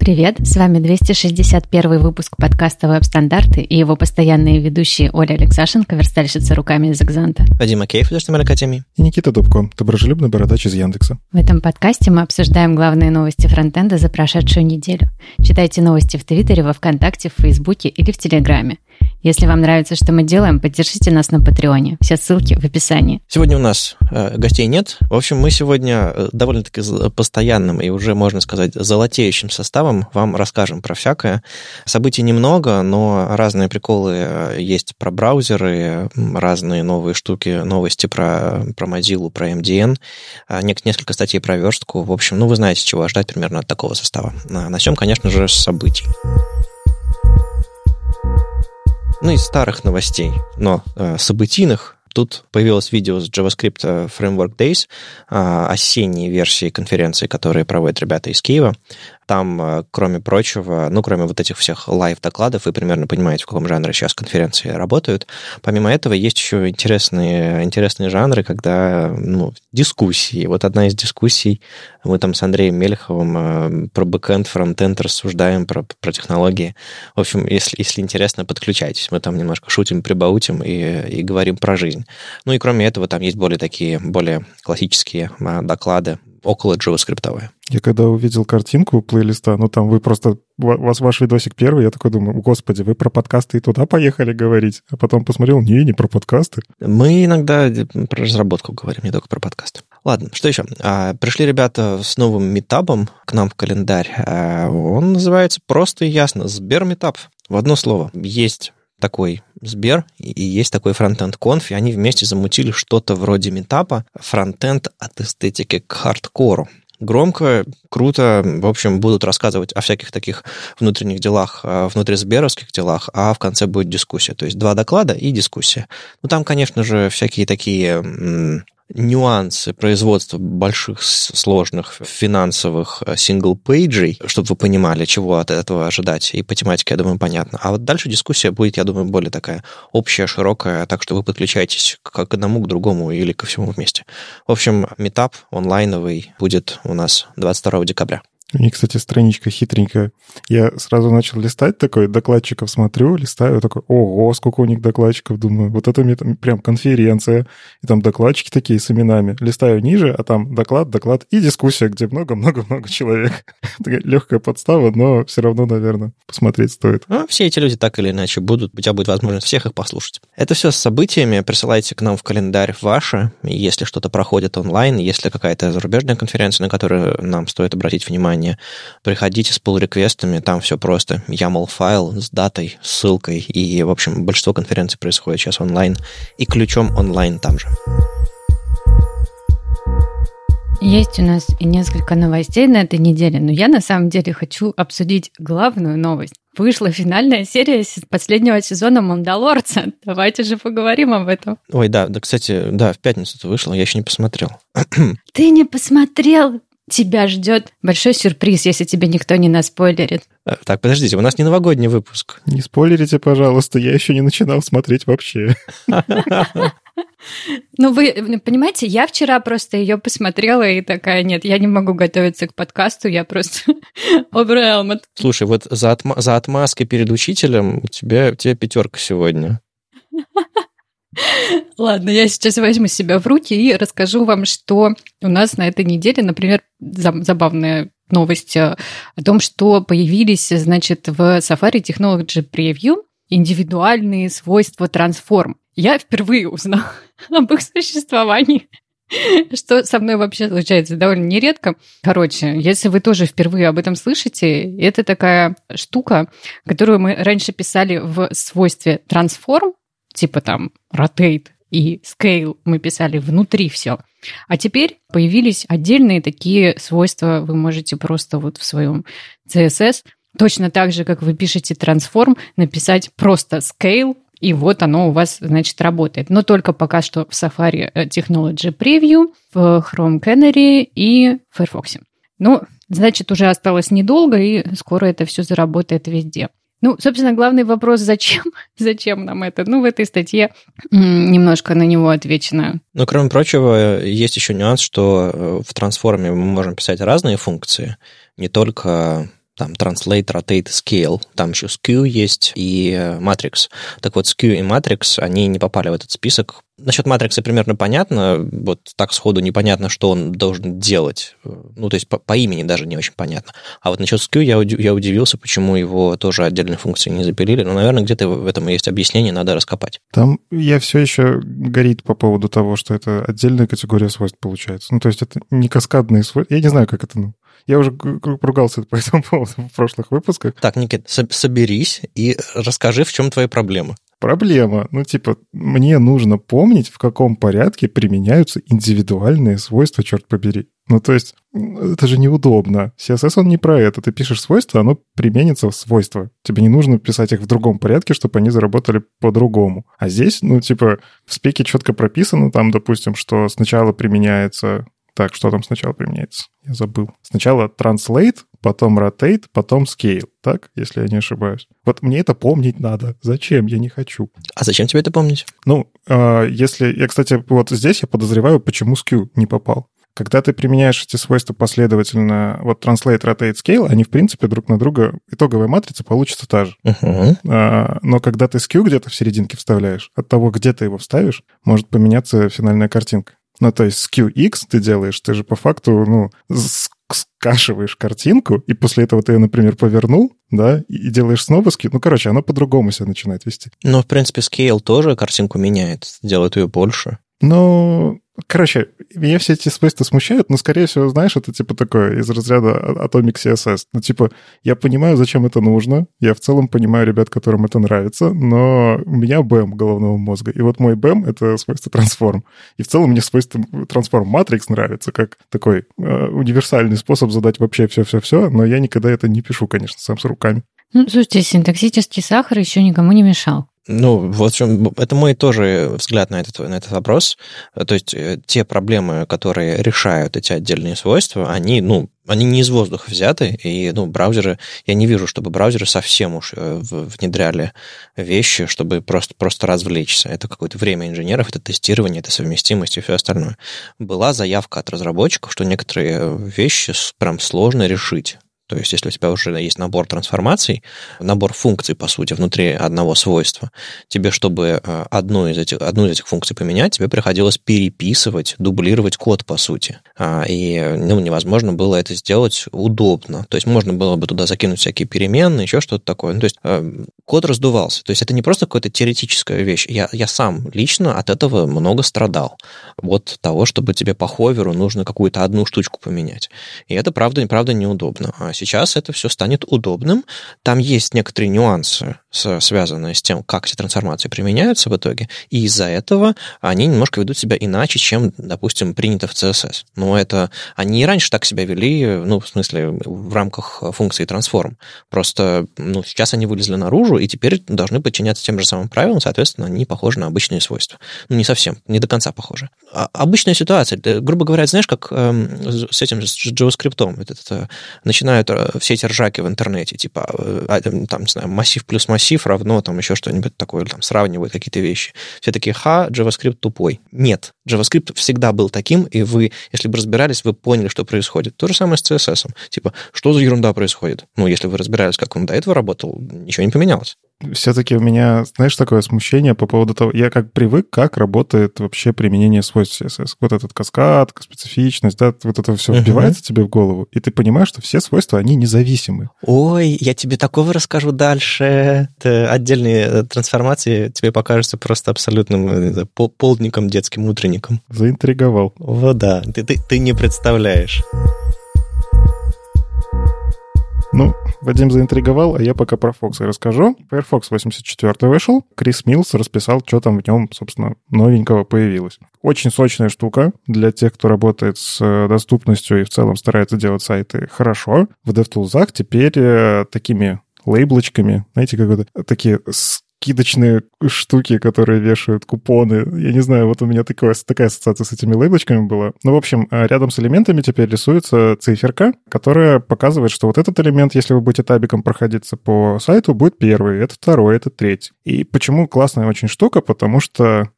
Привет, с вами 261 выпуск подкаста «Веб-стандарты» и его постоянные ведущие Оля Алексашенко, верстальщица руками из Экзанта. Вадим Макеев из HTML Академии. И Никита Дубко, доброжелюбный бородач из Яндекса. В этом подкасте мы обсуждаем главные новости фронтенда за прошедшую неделю. Читайте новости в Твиттере, во Вконтакте, в Фейсбуке или в Телеграме. Если вам нравится, что мы делаем, поддержите нас на Патреоне. Все ссылки в описании. Сегодня у нас гостей нет. В общем, мы сегодня довольно-таки постоянным и уже, можно сказать, золотеющим составом вам расскажем про всякое. Событий немного, но разные приколы есть про браузеры, разные новые штуки, новости про Mozilla, про MDN, несколько статей про верстку. В общем, вы знаете, чего ожидать примерно от такого состава. Начнем, конечно же, с событий. Из старых новостей, но событийных. Тут появилось видео с JavaScript Framework Days, осенней версии конференции, которые проводят ребята из Киева. Там, кроме прочего, кроме вот этих всех лайв-докладов, вы примерно понимаете, в каком жанре сейчас конференции работают. Помимо этого, есть еще интересные жанры, когда, дискуссии. Вот одна из дискуссий, мы там с Андреем Мелеховым про бэкэнд, фронтенд рассуждаем, про технологии. В общем, если интересно, подключайтесь. Мы там немножко шутим, прибаутим и говорим про жизнь. И кроме этого, там есть более классические доклады, около JavaScript-овые. Я когда увидел картинку плейлиста, там вы просто... У вас ваш видосик первый, я такой думаю, господи, вы про подкасты и туда поехали говорить? А потом посмотрел, не про подкасты. Мы иногда про разработку говорим, не только про подкасты. Ладно, что еще? Пришли ребята с новым митапом к нам в календарь. Он называется просто и ясно Сбер-митап. В одно слово. Есть такой Сбер и есть такой фронтенд-конф, и они вместе замутили что-то вроде митапа, фронтенд от эстетики к хардкору. Громко, круто, в общем, будут рассказывать о всяких таких внутренних делах, внутрисберовских делах, а в конце будет дискуссия. То есть 2 доклада и дискуссия. Там, конечно же, всякие такие нюансы производства больших, сложных финансовых сингл-пейджей, чтобы вы понимали, чего от этого ожидать. И по тематике, я думаю, понятно. А вот дальше дискуссия будет, я думаю, более такая общая, широкая, так что вы подключаетесь к одному, к другому или ко всему вместе. В общем, митап онлайновый будет у нас 22 декабря. У них, кстати, страничка хитренькая. Я сразу начал листать такой, докладчиков смотрю, листаю, такой, ого, сколько у них докладчиков, думаю, вот это прям конференция, и там докладчики такие с именами. Листаю ниже, а там доклад и дискуссия, где много-много-много человек. Такая легкая подстава, но все равно, наверное, посмотреть стоит. Все эти люди так или иначе будут, у тебя будет возможность всех их послушать. Это все с событиями, присылайте к нам в календарь ваши, если что-то проходит онлайн, если какая-то зарубежная конференция, на которую нам стоит обратить внимание, приходите с pull-реквестами, там все просто. YAML-файл с датой, ссылкой. И, в общем, большинство конференций происходит сейчас онлайн. И ключом онлайн там же. Есть у нас и несколько новостей на этой неделе, но я на самом деле хочу обсудить главную новость. Вышла финальная серия последнего сезона «Мандалорца». Давайте же поговорим об этом. Ой, да, кстати, в пятницу-то вышло, я еще не посмотрел. Ты не посмотрел? Тебя ждет большой сюрприз, если тебе никто не наспойлерит. Так, подождите, у нас не новогодний выпуск. Не спойлерите, пожалуйста, я еще не начинал смотреть вообще. Вы понимаете, я вчера просто ее посмотрела и такая, нет, я не могу готовиться к подкасту, я просто overwhelmed. Слушай, вот за отмазкой перед учителем у тебя 5 сегодня. Ладно, я сейчас возьму себя в руки и расскажу вам, что у нас на этой неделе, например, забавная новость о том, что появились, значит, в Safari Technology Preview индивидуальные свойства Transform. Я впервые узнала об их существовании, что со мной вообще случается довольно нередко. Короче, если вы тоже впервые об этом слышите, это такая штука, которую мы раньше писали в свойстве Transform, типа там rotate и scale мы писали внутри все. А теперь появились отдельные такие свойства, вы можете просто вот в своем CSS, точно так же, как вы пишете transform, написать просто scale, и вот оно у вас, значит, работает. Но только пока что в Safari Technology Preview, в Chrome Canary и Firefox. Значит, уже осталось недолго, и скоро это все заработает везде. Собственно, главный вопрос, зачем? Зачем нам это? В этой статье немножко на него отвечено. Кроме прочего, есть еще нюанс, что в трансформе мы можем писать разные функции, не только там Translate, Rotate, Scale. Там еще Skew есть и Matrix. Так вот, Skew и Matrix, они не попали в этот список. Насчет Matrix примерно понятно, вот так сходу непонятно, что он должен делать. Ну, то есть по имени даже не очень понятно. А вот насчет Skew я удивился, почему его тоже отдельной функции не запилили. Но, наверное, где-то в этом есть объяснение, надо раскопать. Там я все еще горит по поводу того, что это отдельная категория свойств получается. Ну, то есть это не каскадные свойства. Я не знаю, как это, я уже ругался по этому поводу в прошлых выпусках. Так, Никит, соберись и расскажи, в чем твои проблемы. Проблема. Мне нужно помнить, в каком порядке применяются индивидуальные свойства, черт побери. То есть, это же неудобно. CSS, он не про это. Ты пишешь свойства, оно применится в свойства. Тебе не нужно писать их в другом порядке, чтобы они заработали по-другому. А здесь, в спеке четко прописано, там, допустим, что сначала применяется... Так, что там сначала применяется? Я забыл. Сначала translate, потом rotate, потом scale. Так, если я не ошибаюсь. Вот мне это помнить надо. Зачем? Я не хочу. А зачем тебе это помнить? Если... Я, кстати, вот здесь я подозреваю, почему skew не попал. Когда ты применяешь эти свойства последовательно, вот translate, rotate, scale, они, в принципе, друг на друга, итоговая матрица получится та же. Но когда ты skew где-то в серединке вставляешь, от того, где ты его вставишь, может поменяться финальная картинка. То есть skew X ты делаешь, ты же по факту, скашиваешь картинку, и после этого ты ее, например, повернул, да, и делаешь снова skew. Оно по-другому себя начинает вести. В принципе, scale тоже картинку меняет, делает ее больше. Меня все эти свойства смущают, но, скорее всего, знаешь, это такое из разряда Atomic CSS. Я понимаю, зачем это нужно, я в целом понимаю ребят, которым это нравится, но у меня BEM головного мозга, и вот мой BEM — это свойство Transform. И в целом мне свойство Transform Matrix нравится, как такой универсальный способ задать вообще все-все-все, но я никогда это не пишу, конечно, сам с руками. Слушайте, синтаксический сахар еще никому не мешал. Вот в чем, это мой тоже взгляд на этот вопрос. То есть те проблемы, которые решают эти отдельные свойства, они не из воздуха взяты, и браузеры, я не вижу, чтобы браузеры совсем уж внедряли вещи, чтобы просто развлечься. Это какое-то время инженеров, это тестирование, это совместимость и все остальное. Была заявка от разработчиков, что некоторые вещи прям сложно решить. То есть, если у тебя уже есть набор трансформаций, набор функций, по сути, внутри одного свойства, тебе, чтобы одну из этих функций поменять, тебе приходилось переписывать, дублировать код, по сути. И невозможно было это сделать удобно. То есть, можно было бы туда закинуть всякие переменные, еще что-то такое. То есть, код раздувался. То есть, это не просто какая-то теоретическая вещь. Я сам лично от этого много страдал. От того, чтобы тебе по ховеру нужно какую-то одну штучку поменять. И это, правда, неудобно. Сейчас это все станет удобным. Там есть некоторые нюансы, связанные с тем, как эти трансформации применяются в итоге, и из-за этого они немножко ведут себя иначе, чем, допустим, принято в CSS. Но это они и раньше так себя вели, в смысле, в рамках функции transform. Просто, сейчас они вылезли наружу, и теперь должны подчиняться тем же самым правилам, соответственно, они похожи на обычные свойства. Не совсем, не до конца похожи. Обычная ситуация, грубо говоря, знаешь, как с этим с JavaScript, начинают все эти ржаки в интернете, там, не знаю, массив плюс массив равно там еще что-нибудь такое, там сравнивают какие-то вещи. Все такие, JavaScript тупой. Нет, JavaScript всегда был таким, и вы, если бы разбирались, вы поняли, что происходит. То же самое с CSS. Что за ерунда происходит? Если вы разбирались, как он до этого работал, ничего не поменялось. Все-таки у меня, знаешь, такое смущение по поводу того, я как привык, как работает вообще применение свойств CSS. Вот этот каскад, специфичность, да, вот это все вбивается тебе в голову, и ты понимаешь, что все свойства, они независимы. Ой, я тебе такого расскажу дальше. Отдельные трансформации тебе покажутся просто абсолютным полдником, детским утренником. Заинтриговал. Да, ты не представляешь. Вадим заинтриговал, а я пока про Fox расскажу. Firefox 84 вышел, Крис Миллс расписал, что там в нем, собственно, новенького появилось. Очень сочная штука для тех, кто работает с доступностью и в целом старается делать сайты хорошо. В DevTools теперь такими лейблочками, знаете, как такие скидочные штуки, которые вешают купоны. Я не знаю, вот у меня такая ассоциация с этими лейблочками была. В общем, рядом с элементами теперь рисуется циферка, которая показывает, что вот этот элемент, если вы будете табиком проходиться по сайту, будет первый, это второй, это третий. И почему классная очень штука? Потому что,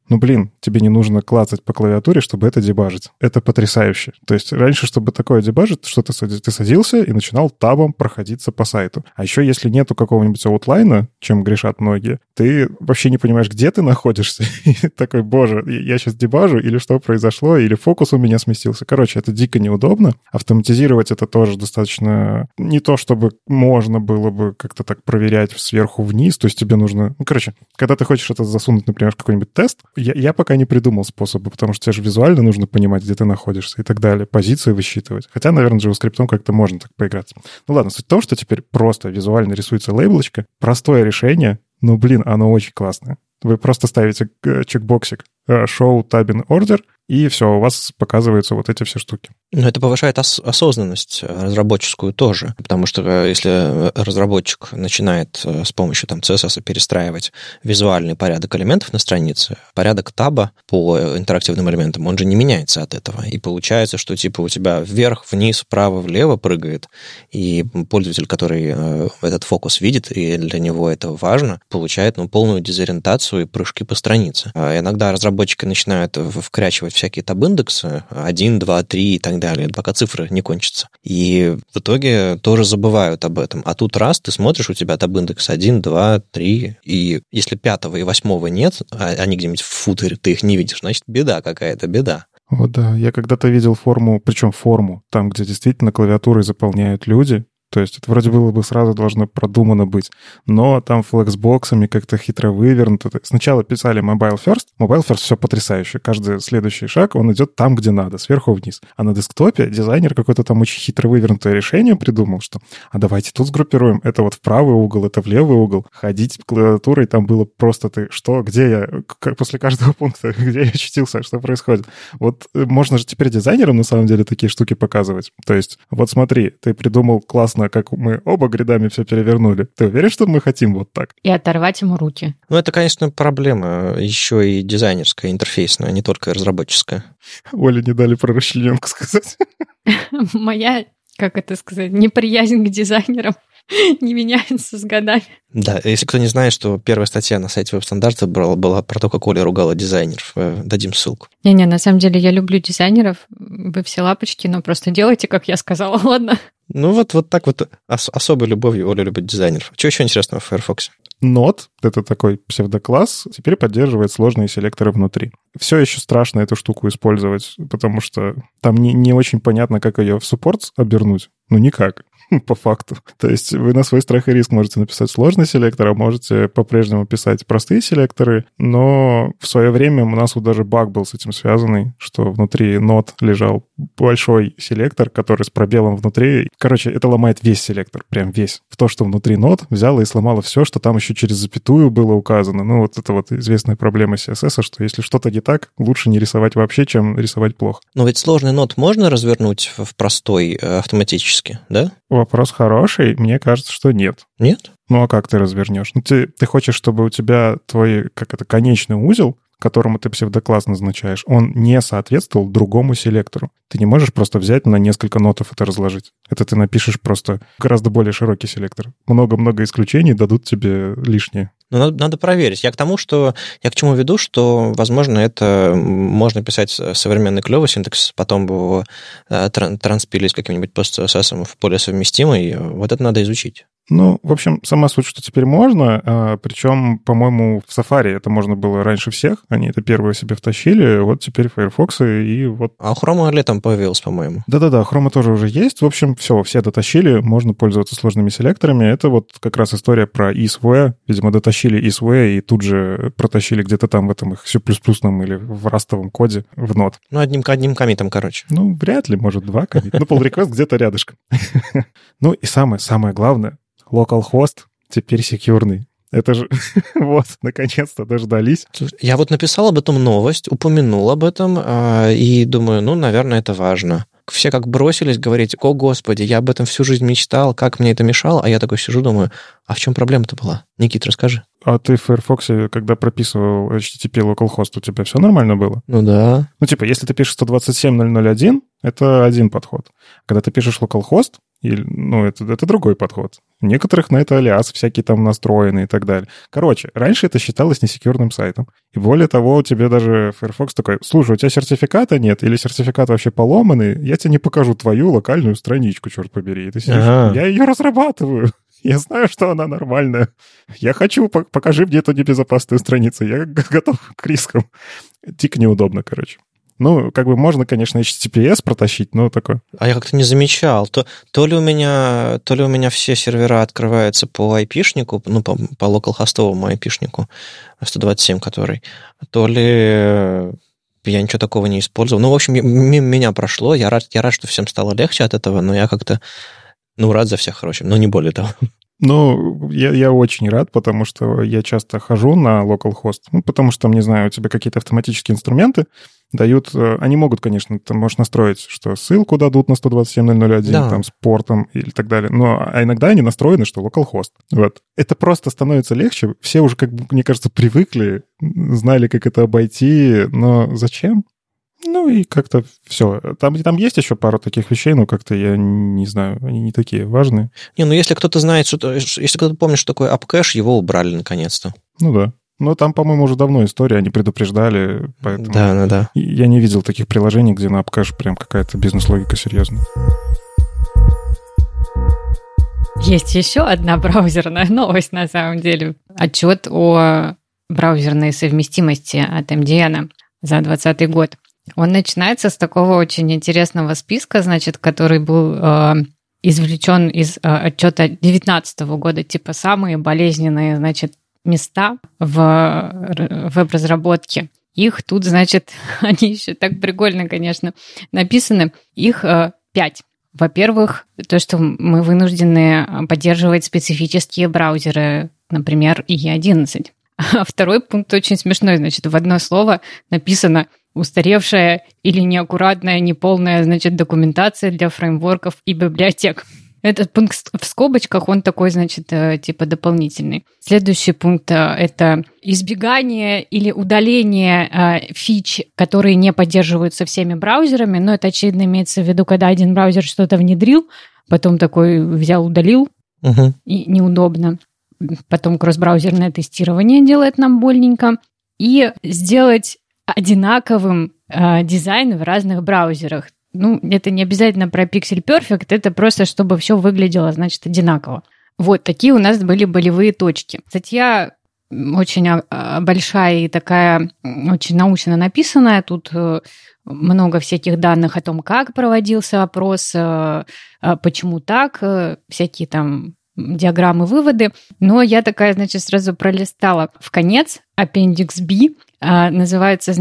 тебе не нужно клацать по клавиатуре, чтобы это дебажить. Это потрясающе. То есть раньше, чтобы такое дебажить, что ты садился и начинал табом проходиться по сайту. А еще если нету какого-нибудь аутлайна, чем грешат многие, ты вообще не понимаешь, где ты находишься. И такой, боже, я сейчас дебажу, или что произошло, или фокус у меня сместился. Короче, это дико неудобно. Автоматизировать это тоже достаточно... Не то, чтобы можно было бы как-то так проверять сверху вниз, то есть тебе нужно... когда ты хочешь это засунуть, например, в какой-нибудь тест, я пока не придумал способа, потому что тебе же визуально нужно понимать, где ты находишься и так далее, позиции высчитывать. Хотя, наверное, JavaScript как-то можно так поиграться. Ну ладно, суть в том, что теперь просто визуально рисуется лейблочка, простое решение, оно очень классное. Вы просто ставите чекбоксик Show Tab in Order, и все, у вас показываются вот эти все штуки. Но это повышает осознанность разработческую тоже, потому что если разработчик начинает с помощью CSS перестраивать визуальный порядок элементов на странице, порядок таба по интерактивным элементам, он же не меняется от этого. И получается, что у тебя вверх, вниз, вправо, влево прыгает, и пользователь, который этот фокус видит, и для него это важно, получает полную дезориентацию и прыжки по странице. Иногда разработчики начинают вкрячивать всякие таб-индексы 1, 2, 3 и так далее, пока цифры не кончатся. И в итоге тоже забывают об этом. А тут раз ты смотришь, у тебя таб-индекс 1, 2, 3, и если 5 и 8 нет, а они где-нибудь в футере, ты их не видишь, значит, беда какая-то, беда. Вот да, я когда-то видел форму, причем форму, там, где действительно клавиатурой заполняют люди. То есть это вроде было бы сразу должно продумано быть. Но там флексбоксами как-то хитро вывернуто. Сначала писали Mobile First. Mobile First все потрясающе. Каждый следующий шаг, он идет там, где надо, сверху вниз. А на десктопе дизайнер какое-то там очень хитро вывернутое решение придумал, что давайте тут сгруппируем. Это вот в правый угол, это в левый угол. Ходить клавиатурой там было просто где я, после каждого пункта, где я очутился, что происходит. Вот можно же теперь дизайнерам на самом деле такие штуки показывать. То есть вот смотри, ты придумал классно, как мы оба грядами все перевернули. Ты уверен, что мы хотим вот так? И оторвать ему руки. Это, конечно, проблема еще и дизайнерская, интерфейсная, не только разработческая. Оле не дали про расчлененку сказать. Моя, неприязнь к дизайнерам не меняется с годами. Да, если кто не знает, что первая статья на сайте веб-стандарта была про то, как Оля ругала дизайнеров. Дадим ссылку. Не-не, на самом деле я люблю дизайнеров. Вы все лапочки, но просто делайте, как я сказала, ладно? Вот так особой любовью Оля любит дизайнеров. Что еще интересного в Firefox? Node, это такой псевдокласс, теперь поддерживает сложные селекторы внутри. Все еще страшно эту штуку использовать, потому что там не очень понятно, как ее в суппорт обернуть. Никак. По факту. То есть вы на свой страх и риск можете написать сложный селектор, а можете по-прежнему писать простые селекторы, но в свое время у нас даже баг был с этим связанный, что внутри Node лежал большой селектор, который с пробелом внутри. Это ломает весь селектор, прям весь. В то, что внутри Node взяло и сломало все, что там еще через запятую было указано. Это известная проблема CSS, что если что-то не так, лучше не рисовать вообще, чем рисовать плохо. Но ведь сложный Node можно развернуть в простой автоматически, да? Вопрос хороший. Мне кажется, что нет. Нет? А как ты развернешь? Ты хочешь, чтобы у тебя твой, конечный узел, которому ты псевдокласс назначаешь, он не соответствовал другому селектору. Ты не можешь просто взять на несколько нотов это разложить. Это ты напишешь просто гораздо более широкий селектор. Много-много исключений дадут тебе лишнее. Надо проверить. Я к чему веду, что, возможно, это можно писать современный клевый синтакс, потом бы его транспилить каким-нибудь пост-CSS в более совместимый. Вот это надо изучить. В общем, сама суть, что теперь можно, причем, по-моему, в Safari это можно было раньше всех, они это первые себе втащили, вот теперь Firefox и вот... А у Chrome летом появилось, по-моему. Да-да-да, Chrome тоже уже есть, в общем, все дотащили, можно пользоваться сложными селекторами, это вот как раз история про EaseWare, видимо, дотащили EaseWare и тут же протащили где-то там в этом их C++ или в растовом коде в Node. Одним коммитом, короче. Вряд ли, может, 2 коммита, pull request где-то рядышком. И самое главное, localhost теперь секьюрный. Это же наконец-то дождались. Я написал об этом новость, упомянул об этом, и думаю, наверное, это важно. Все как бросились говорить: о, Господи, я об этом всю жизнь мечтал, как мне это мешало? А я такой сижу, думаю, а в чем проблема-то была? Никит, расскажи. А ты в Firefox, когда прописывал HTTP localhost, у тебя все нормально было? Да. Если ты пишешь 127.0.0.1, это один подход. Когда ты пишешь localhost, Или, это другой подход. У некоторых на это алиас всякие там настроены и так далее. Короче, раньше это считалось несекьюрным сайтом. И более того, тебе даже Firefox такой: слушай, у тебя сертификата нет, или сертификат вообще поломанный, я тебе не покажу твою локальную страничку, черт побери. И ты сидишь, я ее разрабатываю. Я знаю, что она нормальная. Я хочу, покажи мне эту небезопасную страницу. Я готов к рискам. Дико неудобно, короче. Можно, конечно, HTTPS протащить, но такое. А я как-то не замечал. То ли у меня все сервера открываются по IP-шнику, по локалхостовому IP-шнику, 127 который, то ли я ничего такого не использовал. В общем, мимо меня прошло. Я рад, что всем стало легче от этого, но я как-то рад за всех, короче, но не более того. Я очень рад, потому что я часто хожу на localhost, потому что там, не знаю, у тебя какие-то автоматические инструменты дают... Они могут, конечно, ты можешь настроить, что ссылку дадут на 127.0.0.1, да, там, с портом или так далее, а иногда они настроены, что localhost. Вот. Это просто становится легче. Все уже, мне кажется, привыкли, знали, как это обойти, но зачем? И как-то все. Там есть еще пару таких вещей, но как-то я не знаю, они не такие важные. Если кто-то знает, если кто-то помнит, что такое AppCache, его убрали наконец-то. Да. Но там, по-моему, уже давно история, они предупреждали, поэтому... Да. Я не видел таких приложений, где на AppCache прям какая-то бизнес-логика серьезная. Есть еще одна браузерная новость, на самом деле. Отчет о браузерной совместимости от MDN за 2020 год. Он начинается с такого очень интересного списка, который был извлечен из отчета 2019 года, типа самые болезненные, места в веб-разработке. Их тут, они еще так прикольно, конечно, написаны. Их 5. Во-первых, то, что мы вынуждены поддерживать специфические браузеры, например, E11. А второй пункт очень смешной. В одно слово написано «устаревшая или неаккуратная, неполная, документация для фреймворков и библиотек». Этот пункт в скобочках, он такой, типа дополнительный. Следующий пункт – это избегание или удаление фич, которые не поддерживаются всеми браузерами. Но это, очевидно, имеется в виду, когда один браузер что-то внедрил, потом такой взял, удалил, и неудобно. Потом кросс-браузерное тестирование делает нам больненько. И сделать одинаковым дизайн в разных браузерах. Это не обязательно про Pixel Perfect, это просто, чтобы все выглядело, одинаково. Вот, такие у нас были болевые точки. Статья очень большая и такая очень научно написанная. Тут много всяких данных о том, как проводился опрос, почему так, всякие там диаграммы, выводы. Но я такая, сразу пролистала в конец Appendix B, называется,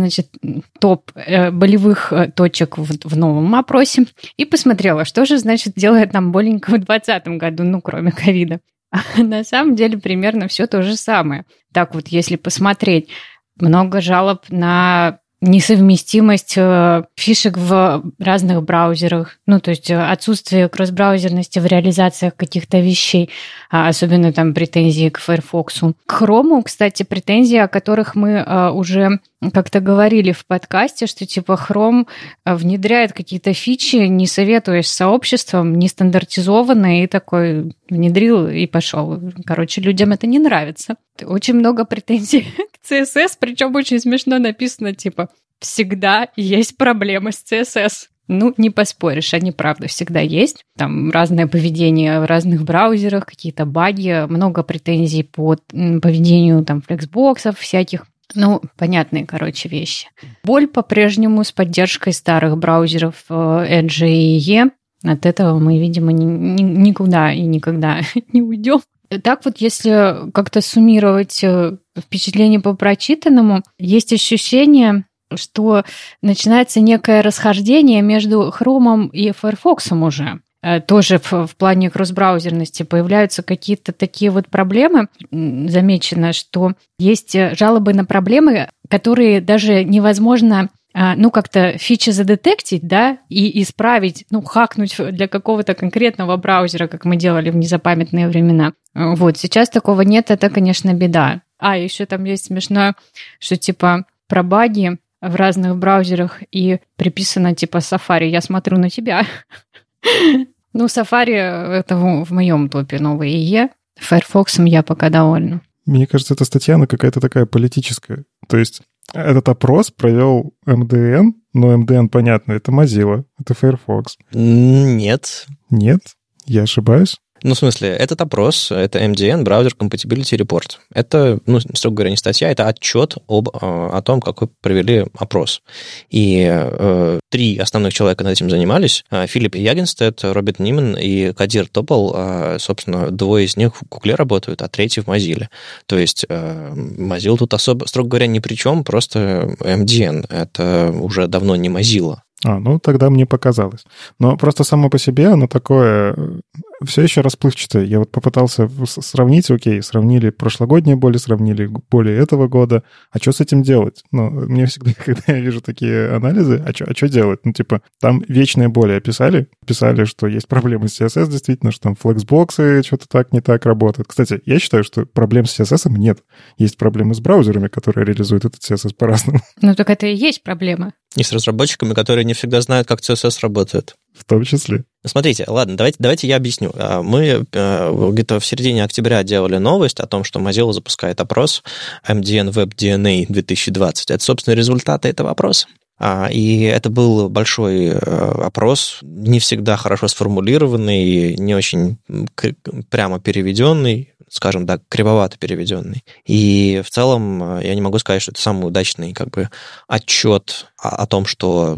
топ болевых точек в новом опросе, и посмотрела, что же, делает нам боленько в 2020 году, кроме ковида. На самом деле примерно все то же самое. Так вот, если посмотреть, много жалоб на несовместимость фишек в разных браузерах, то есть отсутствие кросс-браузерности в реализациях каких-то вещей, особенно там претензии к Firefox. К Chrome, кстати, претензии, о которых мы уже как-то говорили в подкасте, что типа Chrome внедряет какие-то фичи, не советуясь с сообществом, не стандартизованные, и такой внедрил и пошел. Короче, людям это не нравится. Очень много претензий к CSS, причем очень смешно написано, типа, всегда есть проблемы с CSS. Не поспоришь, они, правда, всегда есть. Там разное поведение в разных браузерах, какие-то баги, много претензий по поведению там флексбоксов всяких. Понятные, вещи. Боль по-прежнему с поддержкой старых браузеров Edge и E. От этого мы, видимо, никуда и никогда не уйдем. Так вот, если как-то суммировать впечатление по прочитанному, есть ощущение, что начинается некое расхождение между Chrome и Firefox уже. Тоже в плане кросс-браузерности появляются какие-то такие вот проблемы. Замечено, что есть жалобы на проблемы, которые даже невозможно как-то фичи задетектить, да, и исправить, хакнуть для какого-то конкретного браузера, как мы делали в незапамятные времена. Вот, сейчас такого нет, это, конечно, беда. Еще там есть смешно, что типа про баги в разных браузерах и приписано типа Safari, я смотрю на тебя. Ну, Safari это в моем топе новый ИЕ. Firefox я пока довольна. Мне кажется, эта статья, она какая-то такая политическая. То есть этот опрос провел МДН, но МДН, понятно, это Mozilla, это Firefox. Нет. Нет? Я ошибаюсь? Ну, в смысле, этот опрос, это MDN, Browser Compatibility Report. Это, ну, строго говоря, не статья, это отчет о том, какой провели опрос. И 3 основных человека над этим занимались. Филипп Ягенстед, Роберт Ниман и Кадир Топол. Собственно, 2 из них в Гугле работают, а 3 в Mozilla. То есть Mozilla тут особо, строго говоря, ни при чем, просто MDN. Это уже давно не Mozilla. Ну тогда мне показалось. Но просто само по себе оно такое все еще расплывчатое. Я вот попытался сравнить, окей, сравнили прошлогодние боли, сравнили боли этого года. А что с этим делать? Ну, мне всегда, когда я вижу такие анализы, а что делать? Ну, типа, там вечные боли описали, что есть проблемы с CSS, действительно, что там флексбоксы что-то так не так работают. Кстати, я считаю, что проблем с CSS нет. Есть проблемы с браузерами, которые реализуют этот CSS по-разному. Ну, так это и есть проблема. И с разработчиками, которые не всегда знают, как CSS работает. В том числе. Смотрите, ладно, давайте я объясню. Мы где-то в середине октября делали новость о том, что Mozilla запускает опрос MDN Web DNA 2020. Это, собственно, результаты этого опроса. И это был большой опрос, не всегда хорошо сформулированный, не очень прямо переведенный, скажем так, кривовато переведенный. И в целом я не могу сказать, что это самый удачный отчет о том, что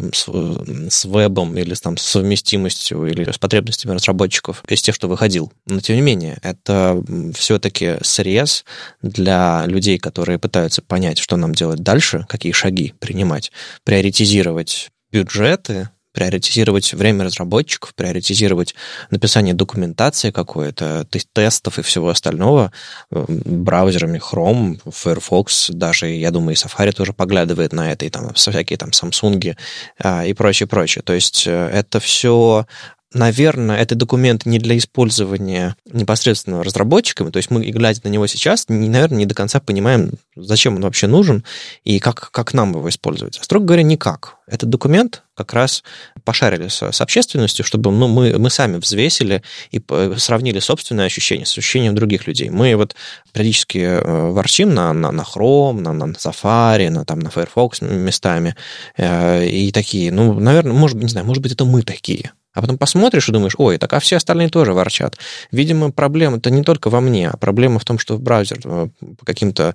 с вебом или там, с совместимостью или с потребностями разработчиков из тех, что выходил. Но тем не менее, это все-таки срез для людей, которые пытаются понять, что нам делать дальше, какие шаги принимать, приоритизировать бюджеты, приоритизировать время разработчиков, приоритизировать написание документации какой-то, тестов и всего остального браузерами Chrome, Firefox, даже, я думаю, и Safari тоже поглядывает на это, и там всякие там Samsung и прочее. То есть это все... Наверное, этот документ не для использования непосредственно разработчиками, то есть мы, глядя на него сейчас, наверное, не до конца понимаем, зачем он вообще нужен и как нам его использовать. А строго говоря, никак. Этот документ как раз пошарили с общественностью, чтобы мы сами взвесили и сравнили собственные ощущения с ощущением других людей. Мы вот периодически ворчим на Chrome, на Safari, на Firefox местами, и такие, наверное, может быть, это мы такие. А потом посмотришь и думаешь, ой, так а все остальные тоже ворчат. Видимо, проблема-то не только во мне, а проблема в том, что браузер по каким-то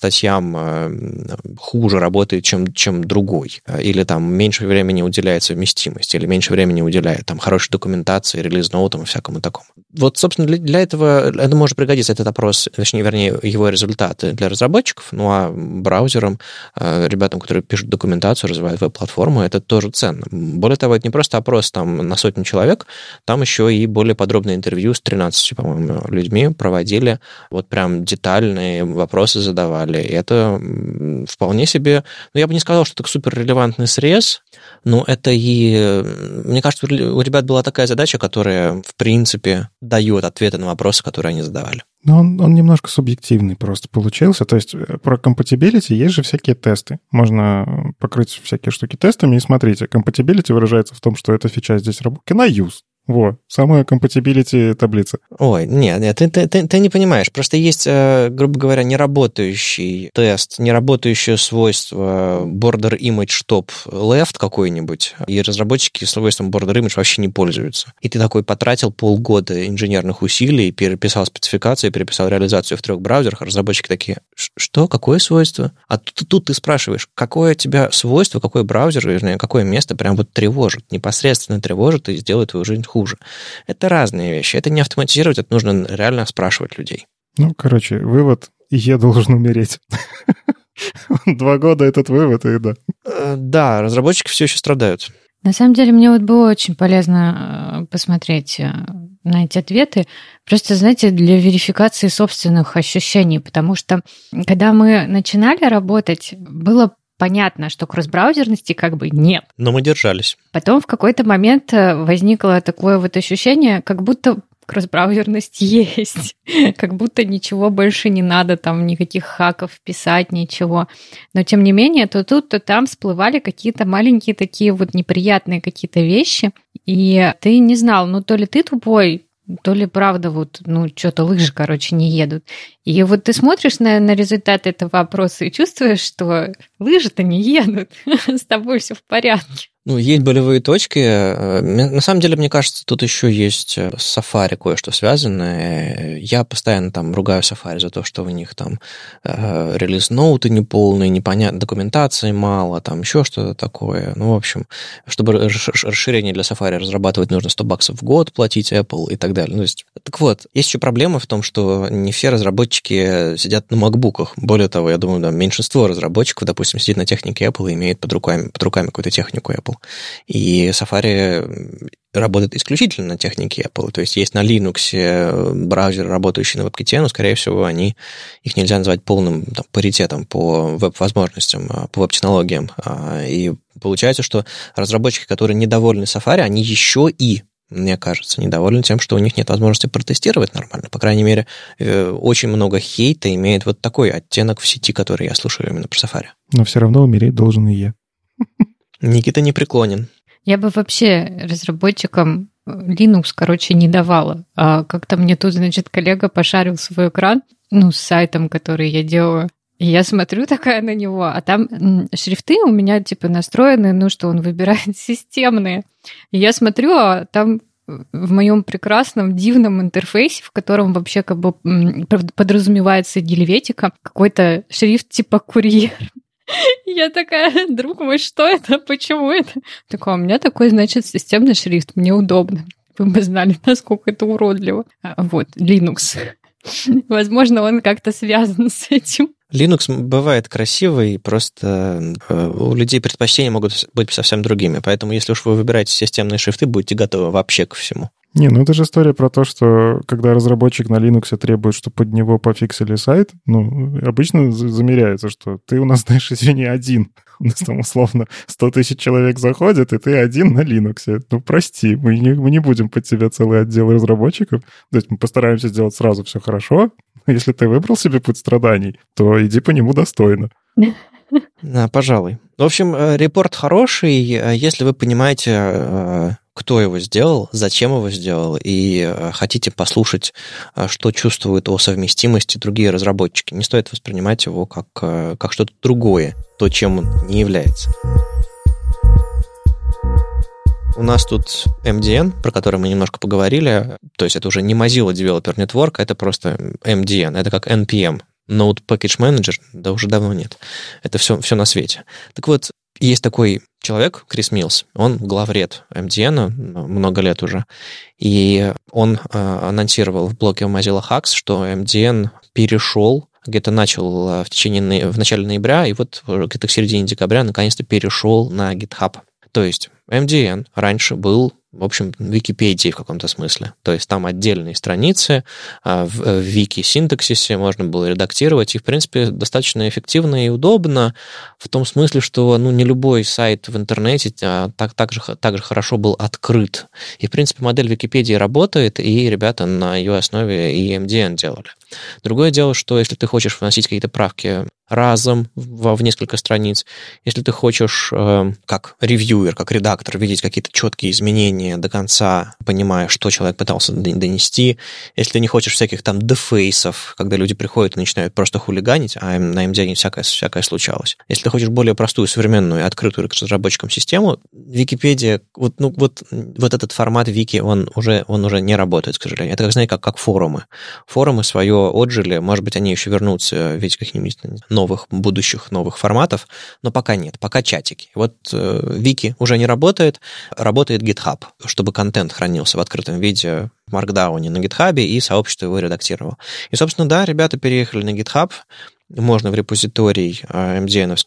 статьям хуже работает, чем другой. Или там меньше времени уделяет совместимости, или меньше времени уделяет там хорошей документации, релиз-ноутам и всякому такому. Вот, собственно, для этого это может пригодиться, этот опрос, вернее, его результаты для разработчиков, а браузерам, ребятам, которые пишут документацию, развивают веб-платформу, это тоже ценно. Более того, это не просто опрос там на сотню человек, там еще и более подробное интервью с 13, по-моему, людьми проводили, вот прям детальные вопросы задавали. И это вполне себе, я бы не сказал, что это суперрелевантный срез, но это и, мне кажется, у ребят была такая задача, которая, в принципе, дает ответы на вопросы, которые они задавали. Но он немножко субъективный просто получился. То есть про compatibility есть же всякие тесты. Можно покрыть всякие штуки тестами. И смотрите, compatibility выражается в том, что эта фича здесь работает. Can I use? Вот, самая compatibility таблица. Ой, нет, ты не понимаешь. Просто есть, грубо говоря, неработающий тест, неработающее свойство border image top left какой-нибудь, и разработчики свойством border image вообще не пользуются. И ты такой потратил полгода инженерных усилий, переписал спецификацию, переписал реализацию в 3 браузерах, разработчики такие, что, какое свойство? А тут ты спрашиваешь, какое тебя свойство, какой браузер, вернее, какое место прям вот тревожит, непосредственно тревожит и сделает твою жизнь хуже. Это разные вещи. Это не автоматизировать, это нужно реально спрашивать людей. Вывод: ИЕ должен умереть. 2 года этот вывод, и да. Да, разработчики все еще страдают. На самом деле, мне вот было очень полезно посмотреть на эти ответы, просто, знаете, для верификации собственных ощущений, потому что, когда мы начинали работать, было понятно, что кросс-браузерности как бы нет. Но мы держались. Потом в какой-то момент возникло такое вот ощущение, как будто кросс-браузерность есть, как будто ничего больше не надо, там никаких хаков писать, ничего. Но тем не менее, то тут, то там всплывали какие-то маленькие такие вот неприятные какие-то вещи, и ты не знал, ну то ли ты тупой, то ли правда вот, ну что-то лыжи, короче, не едут. И вот ты смотришь на результаты этого опроса и чувствуешь, что лыжи-то не едут, с тобой все в порядке. Ну, есть болевые точки. На самом деле, мне кажется, тут еще есть с Safari кое-что связанное. Я постоянно там ругаю Safari за то, что у них там релиз-ноуты неполные, непонятно, документации мало, там еще что-то такое. Ну, в общем, чтобы расширение для Safari разрабатывать, нужно $100 в год платить Apple и так далее. Ну, есть... Так вот, есть еще проблема в том, что не все разработчики сидят на макбуках. Более того, я думаю, да, меньшинство разработчиков, допустим, сидит на технике Apple и имеет под руками какую-то технику Apple. И Safari работает исключительно на технике Apple. То есть на Linux браузер, работающий на WebKit, но, скорее всего, их нельзя назвать полным там, паритетом по веб-возможностям, по веб-технологиям. И получается, что разработчики, которые недовольны Safari, они еще и, мне кажется, недовольны тем, что у них нет возможности протестировать нормально. По крайней мере, очень много хейта имеет вот такой оттенок в сети, который я слушаю именно про Safari. Но все равно умереть должен и я. Никита не преклонен. Я бы вообще разработчикам Linux, короче, не давала. А как-то мне тут, значит, коллега пошарил свой экран, ну, с сайтом, который я делаю. И я смотрю такая на него, а там шрифты у меня, типа, настроены, ну, что он выбирает системные. И я смотрю, а там в моем прекрасном, дивном интерфейсе, в котором вообще как бы подразумевается гельветика, какой-то шрифт типа «Курьер». Я такая, друг мой, что это? Почему это? Такой, у меня такой, значит, системный шрифт, мне удобно. Вы бы знали, насколько это уродливо. Вот, Linux. Возможно, он как-то связан с этим. Linux бывает красивый, просто у людей предпочтения могут быть совсем другими. Поэтому, если уж вы выбираете системные шрифты, будьте готовы вообще ко всему. Не, ну это же история про то, что когда разработчик на Linux требует, чтобы под него пофиксили сайт, ну, обычно замеряется, что ты у нас, знаешь, извини, один. У нас там условно 100 тысяч человек заходит, и ты один на Linux. Ну, прости, мы не будем под себя целый отдел разработчиков. То есть мы постараемся сделать сразу все хорошо. Но если ты выбрал себе путь страданий, то иди по нему достойно. Да, пожалуй. В общем, репорт хороший, если вы понимаете, кто его сделал, зачем его сделал, и хотите послушать, что чувствуют о совместимости другие разработчики. Не стоит воспринимать его как что-то другое, то, чем он не является. У нас тут MDN, про который мы немножко поговорили, то есть это уже не Mozilla Developer Network, это просто MDN, это как NPM. Node Package Manager, да уже давно нет. Это все на свете. Так вот, есть такой человек, Крис Миллс, он главред MDN много лет уже, и он анонсировал в блоге Mozilla Hacks, что MDN перешел, где-то начал в начале ноября, и вот где-то к середине декабря наконец-то перешел на GitHub. То есть MDN раньше был, в общем, Википедией в каком-то смысле. То есть там отдельные страницы в вики-синтаксисе можно было редактировать, и, в принципе, достаточно эффективно и удобно в том смысле, что не любой сайт в интернете так же хорошо был открыт. И, в принципе, модель Википедии работает, и ребята на ее основе и MDN делали. Другое дело, что если ты хочешь вносить какие-то правки разом в несколько страниц, если ты хочешь как ревьюер, как редактор видеть какие-то четкие изменения до конца, понимая, что человек пытался донести, если ты не хочешь всяких там дефейсов, когда люди приходят и начинают просто хулиганить, а на MDN всякое случалось. Если ты хочешь более простую, современную и открытую к разработчикам систему, Википедия, вот этот формат вики, он уже не работает, к сожалению. Это, знаете, как форумы. Форумы свое отжили, может быть, они еще вернутся в виде каких-нибудь будущих новых форматов, но пока нет, пока чатики. Вот Вики уже не работает, работает GitHub, чтобы контент хранился в открытом виде в Markdown на GitHub, и сообщество его редактировало. И, собственно, да, ребята переехали на GitHub, можно в репозиторий MDN-овский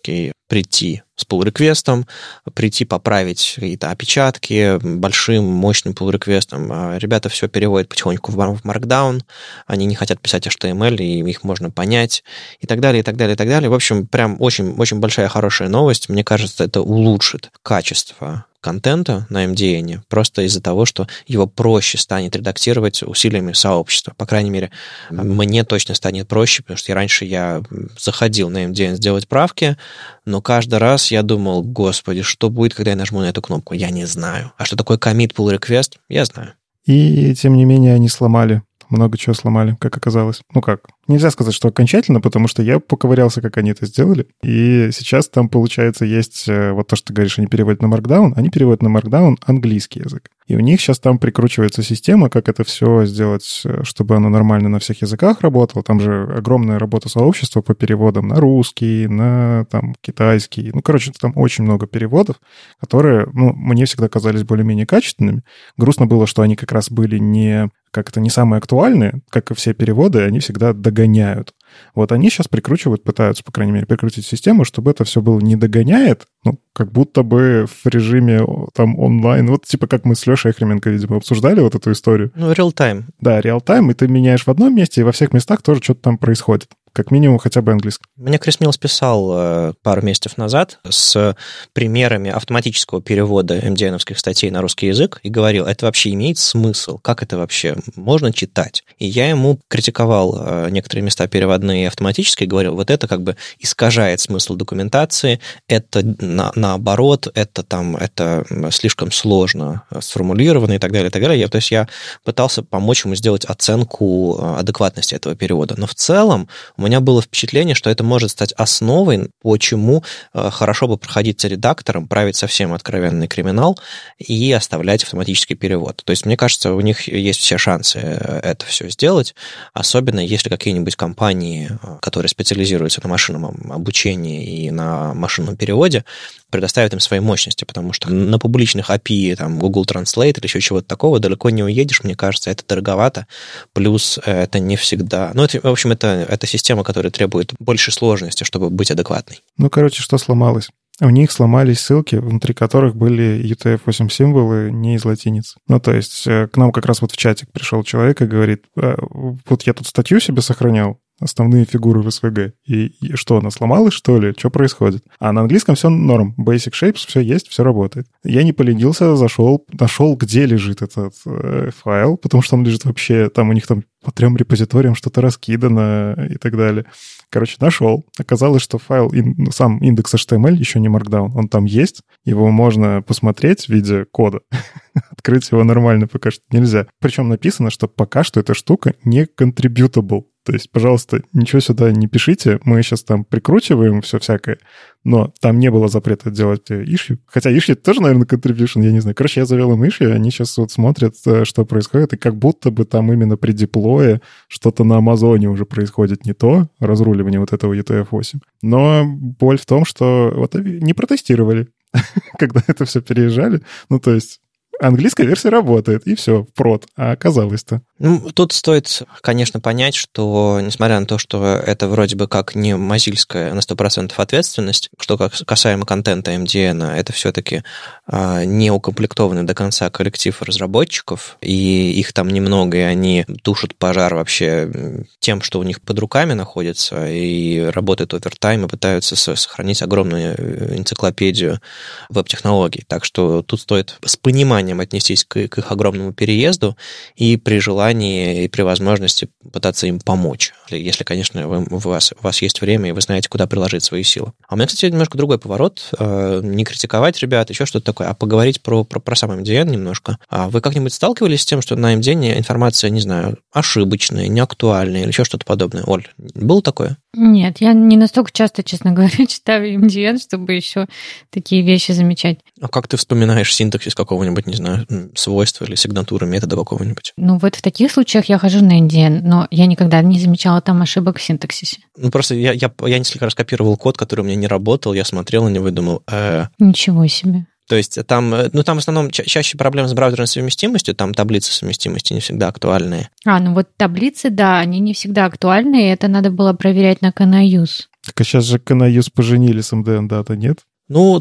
прийти с pull-реквестом, прийти поправить какие-то опечатки большим, мощным pull-реквестом. Ребята все переводят потихоньку в Markdown, они не хотят писать HTML, и их можно понять, и так далее, и так далее, и так далее. В общем, прям очень, очень большая хорошая новость. Мне кажется, это улучшит качество контента на MDN, просто из-за того, что его проще станет редактировать усилиями сообщества. По крайней мере, мне точно станет проще, потому что раньше я заходил на MDN сделать правки, но каждый раз я думал, господи, что будет, когда я нажму на эту кнопку? Я не знаю. А что такое commit pull request? Я знаю. И, тем не менее, они сломали. Много чего сломали, как оказалось. Ну как, нельзя сказать, что окончательно, потому что я поковырялся, как они это сделали. И сейчас там, получается, есть вот то, что ты говоришь, они переводят на Markdown, они переводят на Markdown английский язык. И у них сейчас там прикручивается система, как это все сделать, чтобы оно нормально на всех языках работало. Там же огромная работа сообщества по переводам на русский, на там, китайский. Ну, короче, там очень много переводов, которые, ну, мне всегда казались более-менее качественными. Грустно было, что они как раз были не самые актуальные, как и все переводы, они всегда догоняют. Вот они сейчас прикручивают, пытаются, по крайней мере, прикрутить систему, чтобы это все было не догоняет, ну, как будто бы в режиме там онлайн. Вот типа как мы с Лешей Охрименко, видимо, обсуждали вот эту историю. Ну, real-time. Да, real-time, и ты меняешь в одном месте, и во всех местах тоже что-то там происходит. Как минимум хотя бы английский. Мне Крис Миллс писал пару месяцев назад с примерами автоматического перевода MDN-овских статей на русский язык и говорил, это вообще имеет смысл? Как это вообще можно читать? И я ему критиковал некоторые места переводные автоматические, говорил, вот это как бы искажает смысл документации, это наоборот, это слишком сложно сформулировано и так далее, и так далее. То есть я пытался помочь ему сделать оценку адекватности этого перевода. Но в целом у меня было впечатление, что это может стать основой, почему хорошо бы проходиться редактором, править совсем откровенный криминал и оставлять автоматический перевод. То есть, мне кажется, у них есть все шансы это все сделать, особенно если какие-нибудь компании, которые специализируются на машинном обучении и на машинном переводе, предоставят им свои мощности, потому что на публичных API, там, Google Translate или еще чего-то такого далеко не уедешь, мне кажется, это дороговато, плюс это не всегда... Ну, это, в общем, это система, которая требует больше сложности, чтобы быть адекватной. Ну, короче, что сломалось? У них сломались ссылки, внутри которых были UTF-8 символы не из латиницы. Ну, то есть к нам как раз вот в чатик пришел человек и говорит, вот я тут статью себе сохранял, основные фигуры в SVG. И что, она сломалась, что ли? Что происходит? А на английском все норм. Basic Shapes, все есть, все работает. Я не поленился, зашел, нашел, где лежит этот файл, потому что он лежит вообще, там у них там по 3 репозиториям что-то раскидано и так далее. Короче, нашел. Оказалось, что файл, сам индекс HTML, еще не Markdown, он там есть. Его можно посмотреть в виде кода. Открыть его нормально пока что нельзя. Причем написано, что пока что эта штука не contributable. То есть, пожалуйста, ничего сюда не пишите, мы сейчас там прикручиваем все всякое, но там не было запрета делать issue. Хотя issue тоже, наверное, contribution, я не знаю. Короче, я завел им issue, они сейчас вот смотрят, что происходит, и как будто бы там именно при деплое что-то на Амазоне уже происходит не то, разруливание вот этого UTF-8. Но боль в том, что вот не протестировали, когда это все переезжали. Ну, то есть... Английская версия работает, и все, прод. А оказалось-то. Ну, тут стоит, конечно, понять, что, несмотря на то, что это вроде бы как не мозильская на 100% ответственность, что касаемо контента MDN, это все-таки не укомплектованный до конца коллектив разработчиков, и их там немного, и они тушат пожар вообще тем, что у них под руками находится, и работают овертайм, и пытаются сохранить огромную энциклопедию веб-технологий. Так что тут стоит с пониманием отнестись к их огромному переезду и при желании и при возможности пытаться им помочь. Если, конечно, у вас есть время, и вы знаете, куда приложить свои силы. А у меня, кстати, немножко другой поворот. Не критиковать ребят, еще что-то такое, а поговорить про сам MDN немножко. А вы как-нибудь сталкивались с тем, что на MDN информация, не знаю, ошибочная, неактуальная или еще что-то подобное? Оль, было такое? Нет, я не настолько часто, честно говоря, читаю MDN, чтобы еще такие вещи замечать. А как ты вспоминаешь синтаксис какого-нибудь, не знаю, свойства или сигнатуры метода какого-нибудь? Ну, вот в таких случаях я хожу на MDN, но я никогда не замечала там ошибок в синтаксисе. Ну, просто я несколько раз копировал код, который у меня не работал, я смотрел на него и думал... Ничего себе. То есть там в основном чаще проблемы с браузерной совместимостью, там таблицы совместимости не всегда актуальные. Ну вот таблицы, да, они не всегда актуальны, и это надо было проверять на CanIUse. Так а сейчас же Canayuse поженили с MDN Data, нет? Ну,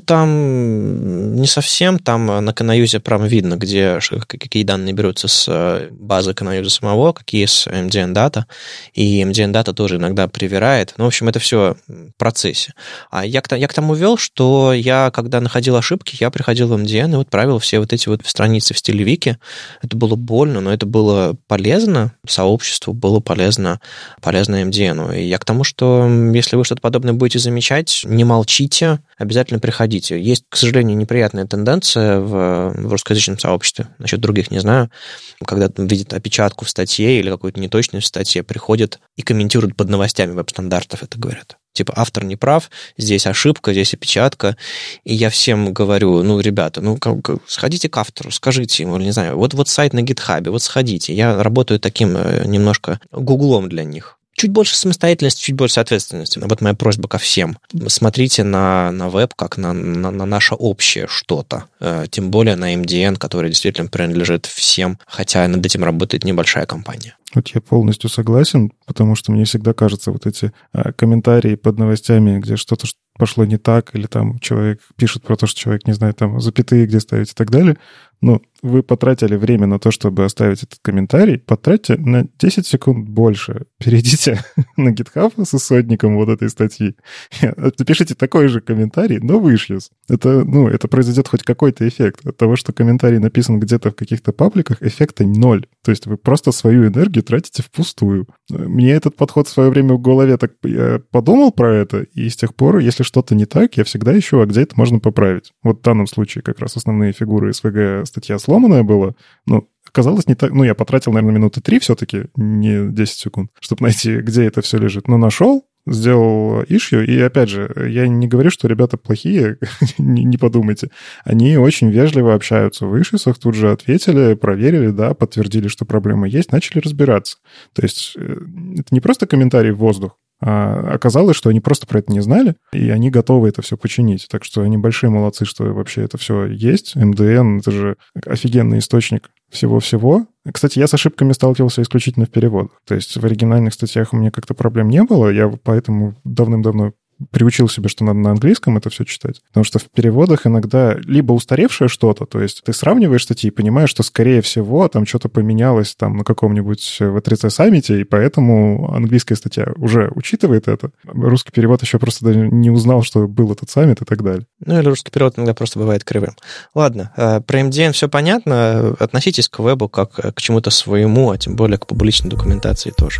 там не совсем, там на Canayuse прям видно, где, какие данные берутся с базы Canayuse самого, какие с MDN Data, и MDN Data тоже иногда проверяет. Ну, в общем, это все в процессе. А я к тому вел, что я, когда находил ошибки, я приходил в MDN и вот правил все вот эти вот страницы в стиле вики. Это было больно, но это было полезно сообществу, было полезно MDN. И я к тому, что если вы что-то подобное будете замечать, не молчите, обязательно приходите. Есть, к сожалению, неприятная тенденция в русскоязычном сообществе, насчет других не знаю, когда видят опечатку в статье или какую-то неточность в статье, приходят и комментируют под новостями веб-стандартов, это говорят. Типа, автор не прав, здесь ошибка, здесь опечатка. И я всем говорю, ну, ребята, сходите к автору, скажите ему, не знаю, вот сайт на GitHub, вот сходите. Я работаю таким немножко гуглом для них. Чуть больше самостоятельности, чуть больше ответственности. Вот моя просьба ко всем. Смотрите на веб как на наше общее что-то. Тем более на MDN, который действительно принадлежит всем, хотя над этим работает небольшая компания. Вот я полностью согласен, потому что мне всегда кажется, вот эти комментарии под новостями, где что-то пошло не так, или там человек пишет про то, что человек не знает там запятые, где ставить и так далее. Но вы потратили время на то, чтобы оставить этот комментарий, потратьте на 10 секунд больше. Перейдите на GitHub с исходником вот этой статьи, напишите такой же комментарий, но в issues. Это произойдет хоть какой-то эффект. От того, что комментарий написан где-то в каких-то пабликах, эффекта 0. То есть вы просто свою энергию тратите впустую. Мне этот подход в свое время в голове я подумал про это, и с тех пор, если что-то не так, я всегда ищу, а где это можно поправить. Вот в данном случае как раз основные фигуры СВГ статья сломанная была, оказалось не так. Я потратил, наверное, минуты 3 все-таки, не 10 секунд, чтобы найти, где это все лежит. Но нашел, сделал issue, и опять же, я не говорю, что ребята плохие, не подумайте. Они очень вежливо общаются в issues, тут же ответили, проверили, да, подтвердили, что проблема есть, начали разбираться. То есть это не просто комментарий в воздух, а оказалось, что они просто про это не знали, и они готовы это все починить. Так что они большие молодцы, что вообще это все есть. MDN — это же офигенный источник всего-всего. Кстати, я с ошибками сталкивался исключительно в переводах. То есть в оригинальных статьях у меня как-то проблем не было, я поэтому давным-давно приучил себя, что надо на английском это все читать. Потому что в переводах иногда либо устаревшее что-то, то есть ты сравниваешь статьи и понимаешь, что, скорее всего, там что-то поменялось там на каком-нибудь V3C саммите, и поэтому английская статья уже учитывает это. Русский перевод еще просто даже не узнал, что был этот саммит и так далее. Или русский перевод иногда просто бывает кривым. Ладно, про MDN все понятно. Относитесь к вебу как к чему-то своему, а тем более к публичной документации тоже.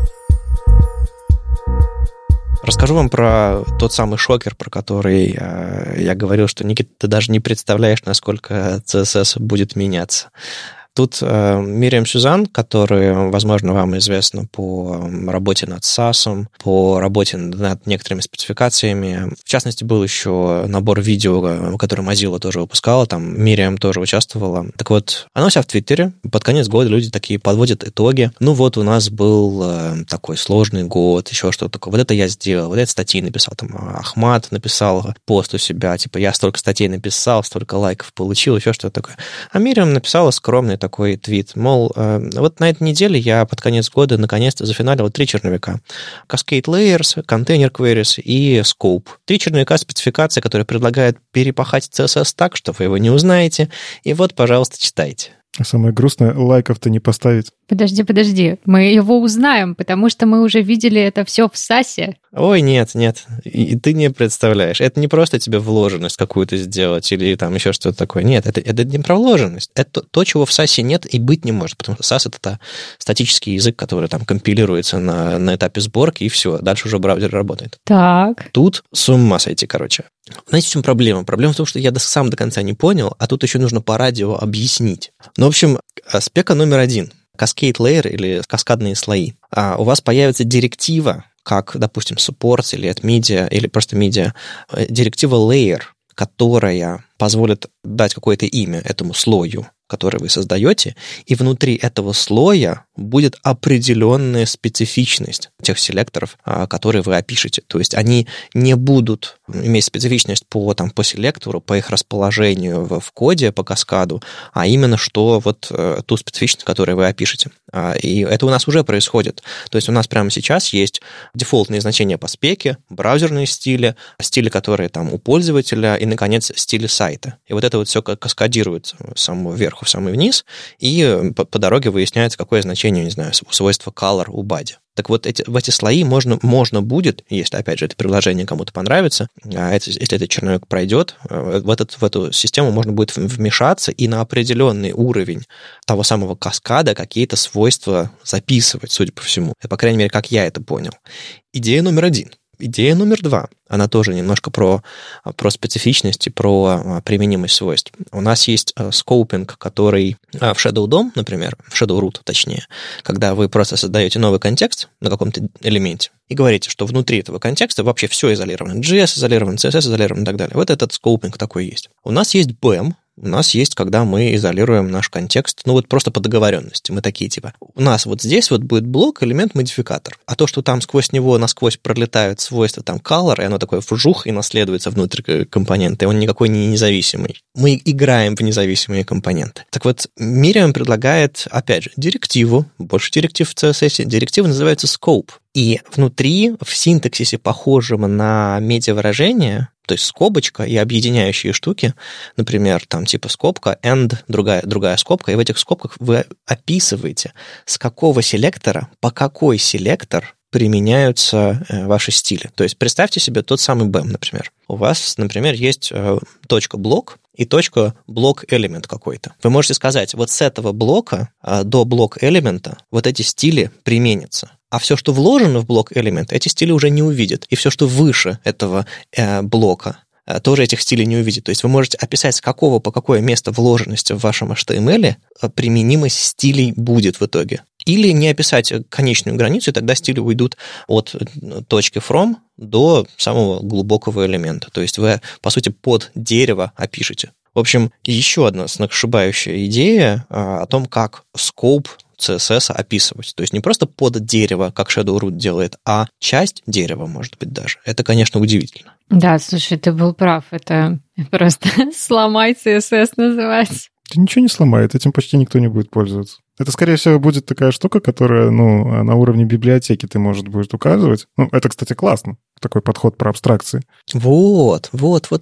Расскажу вам про тот самый шокер, про который я говорил, что, Никита, ты даже не представляешь, насколько CSS будет меняться. Тут Мириам Сюзан, которая, возможно, вам известна по работе над SAS, по работе над некоторыми спецификациями. В частности, был еще набор видео, который Mozilla тоже выпускала, там Мириам тоже участвовала. Так вот, она у себя в Твиттере. Под конец года люди такие подводят итоги. Вот у нас был такой сложный год, еще что-то такое. Вот это я сделал, вот это статьи написал. Там Ахмат написал пост у себя, типа, я столько статей написал, столько лайков получил, еще что-то такое. А Мириам написала скромный такой твит, мол, вот на этой неделе я под конец года наконец-то зафиналил 3 черновика. Cascade Layers, Container Queries и Scope. 3 черновика спецификации, которые предлагают перепахать CSS так, что вы его не узнаете. И вот, пожалуйста, читайте. А самое грустное, лайков-то не поставить. Подожди. Мы его узнаем, потому что мы уже видели это все в САСе. Ой, нет. И ты не представляешь. Это не просто тебе вложенность какую-то сделать или там еще что-то такое. Нет, это не про вложенность. Это то, чего в САСе нет и быть не может. Потому что SAS — это статический язык, который там компилируется на этапе сборки, и все. Дальше уже браузер работает. Так. Тут с ума сойти, короче. Знаете, в чем проблема? Проблема в том, что я сам до конца не понял, а тут еще нужно по радио объяснить. В общем, спека номер 1. Cascade Layer или каскадные слои. У вас появится директива, как, допустим, support или от media, или просто media, директива layer, которая позволит дать какое-то имя этому слою, который вы создаете, и внутри этого слоя будет определенная специфичность тех селекторов, которые вы опишете. То есть они не будут иметь специфичность по селектору, по их расположению в коде, по каскаду, а именно что вот ту специфичность, которую вы опишете. И это у нас уже происходит. То есть у нас прямо сейчас есть дефолтные значения по спеке, браузерные стили, которые там у пользователя, и, наконец, стили сайта. И вот это вот все каскадируется с самого верху в самый вниз, и по дороге выясняется, какое значение, не знаю, свойство color у body. Так вот, в эти слои можно будет, если, опять же, это приложение кому-то понравится, если этот черновик пройдет, в эту систему можно будет вмешаться и на определенный уровень того самого каскада какие-то свойства записывать, судя по всему. По крайней мере, как я это понял. Идея номер 1. Идея номер 2, она тоже немножко про специфичность и про применимость свойств. У нас есть скоупинг, который в Shadow DOM, например, в Shadow Root, точнее, когда вы просто создаете новый контекст на каком-то элементе и говорите, что внутри этого контекста вообще все изолировано. JS изолирован, CSS изолирован и так далее. Вот этот скоупинг такой есть. У нас есть BEM, у нас есть, когда мы изолируем наш контекст, просто по договоренности. Мы такие, у нас вот здесь вот будет блок, элемент-модификатор. А то, что там сквозь него насквозь пролетают свойства там color, и оно такое вжух и наследуется внутрь компонента, и он никакой не независимый. Мы играем в независимые компоненты. Так вот, Miriam предлагает, опять же, директиву, больше директив в CSS, директива называется scope. И внутри, в синтаксисе, похожем на медиавыражение, то есть скобочка и объединяющие штуки, например, скобка, and, другая скобка, и в этих скобках вы описываете, с какого селектора, по какой селектор применяются ваши стили. То есть представьте себе тот самый BEM, например. У вас, например, есть точка блок и точка блок элемент какой-то. Вы можете сказать, вот с этого блока до блок элемента вот эти стили применятся. А все, что вложено в блок элемент, эти стили уже не увидят. И все, что выше этого блока, тоже этих стилей не увидит. То есть вы можете описать, с какого по какое место вложенности в вашем HTML применимость стилей будет в итоге. Или не описать конечную границу, и тогда стили уйдут от точки from до самого глубокого элемента. То есть вы, по сути, под дерево опишете. В общем, еще одна сногсшибающая идея о том, как scope CSS описывать. То есть не просто под дерево, как Shadow Root делает, а часть дерева, может быть, даже. Это, конечно, удивительно. Да, слушай, ты был прав. Это просто сломай CSS называть. Это ничего не сломает, этим почти никто не будет пользоваться. Это, скорее всего, будет такая штука, которая, на уровне библиотеки ты, может, будешь указывать. Это, кстати, классно, такой подход про абстракции. Вот.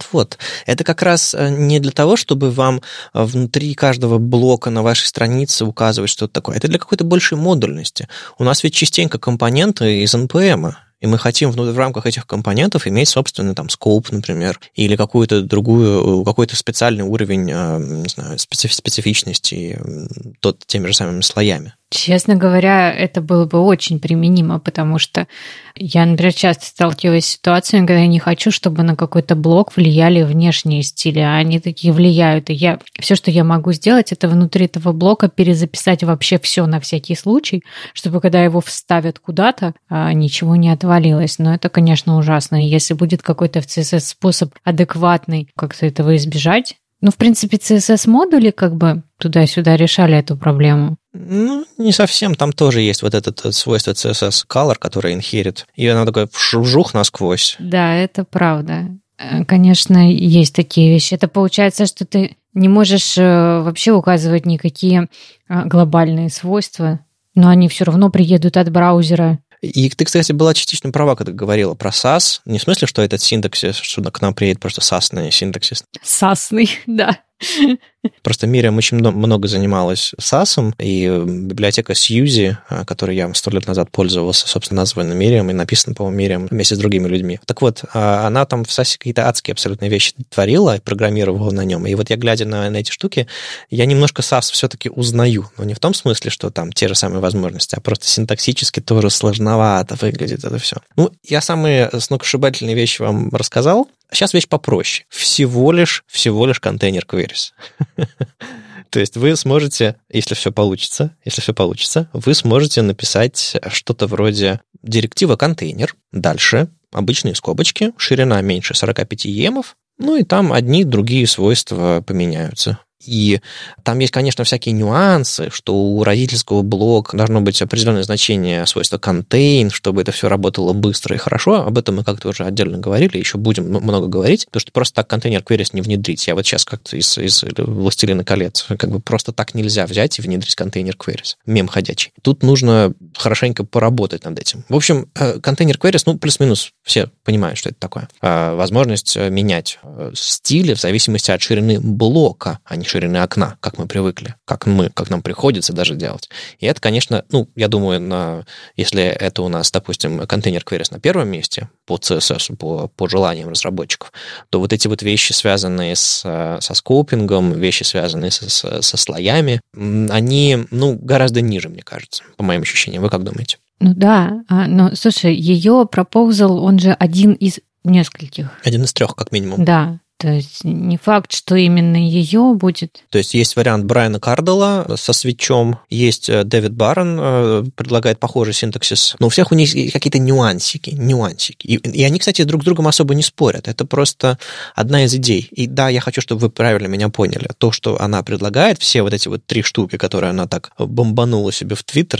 Это как раз не для того, чтобы вам внутри каждого блока на вашей странице указывать что-то такое. Это для какой-то большей модульности. У нас ведь частенько компоненты из NPM, и мы хотим в рамках этих компонентов иметь собственный скоуп, например, или какой-то специальный уровень, не знаю, специфичности теми же самыми слоями. Честно говоря, это было бы очень применимо, потому что я, например, часто сталкиваюсь с ситуациями, когда я не хочу, чтобы на какой-то блок влияли внешние стили, а они такие влияют. И все, что я могу сделать, это внутри этого блока перезаписать вообще все на всякий случай, чтобы когда его вставят куда-то, ничего не отвалилось. Но это, конечно, ужасно. И если будет какой-то в CSS способ адекватный как-то этого избежать, в принципе, CSS-модули туда-сюда решали эту проблему. Не совсем. Там тоже есть вот это свойство CSS Color, которое inherit, и оно такое вжух насквозь. Да, это правда. Конечно, есть такие вещи. Это получается, что ты не можешь вообще указывать никакие глобальные свойства, но они все равно приедут от браузера. И ты, кстати, была частично права, когда говорила про SAS. Не в смысле, что этот синтаксис, что к нам приедет просто SAS-ный синтаксис. SAS-ный, да. Просто Miriam очень много занималась SAS, и библиотека Suzy, которой я 100 лет назад пользовался, собственно, названа Miriam, и написана, по-моему, Miriam вместе с другими людьми. Так вот, она там в SAS какие-то адские абсолютно вещи творила и программировала на нем. И вот я, глядя на эти штуки, я немножко SAS все-таки узнаю. Но не в том смысле, что там те же самые возможности, а просто синтаксически тоже сложновато выглядит это все. Я самые сногсшибательные вещи вам рассказал. Сейчас вещь попроще. Всего лишь контейнер queries. То есть вы сможете, если все получится, вы сможете написать что-то вроде директива контейнер, дальше обычные скобочки, ширина меньше 45 емов, и там одни другие свойства поменяются. И там есть, конечно, всякие нюансы, что у родительского блока должно быть определенное значение свойства contain, чтобы это все работало быстро и хорошо. Об этом мы как-то уже отдельно говорили, еще будем много говорить, потому что просто так контейнер queries не внедрить. Я вот сейчас как-то из «Властелина колец», как бы просто так нельзя взять и внедрить контейнер queries. Мем ходячий. Тут нужно хорошенько поработать над этим. В общем, контейнер queries, плюс-минус все понимают, что это такое. Возможность менять стили в зависимости от ширины блока, а не ширины окна, как мы привыкли, как нам приходится даже делать. И это, конечно, я думаю, если это у нас, допустим, контейнер queries на первом месте по CSS, по желаниям разработчиков, то вот эти вот вещи, связанные со скопингом, вещи, связанные со слоями, они, гораздо ниже, мне кажется, по моим ощущениям. Вы как думаете? Да, но, слушай, ее пропозал, он же один из нескольких. Один из 3, как минимум. Да. То есть не факт, что именно ее будет. То есть есть вариант Брайана Кардела со свитчом, есть Дэвид Барон, предлагает похожий синтаксис, но у всех у них какие-то нюансики. И они, кстати, друг с другом особо не спорят. Это просто одна из идей. И да, я хочу, чтобы вы правильно меня поняли. То, что она предлагает, все вот эти вот 3 штуки, которые она так бомбанула себе в Твиттер,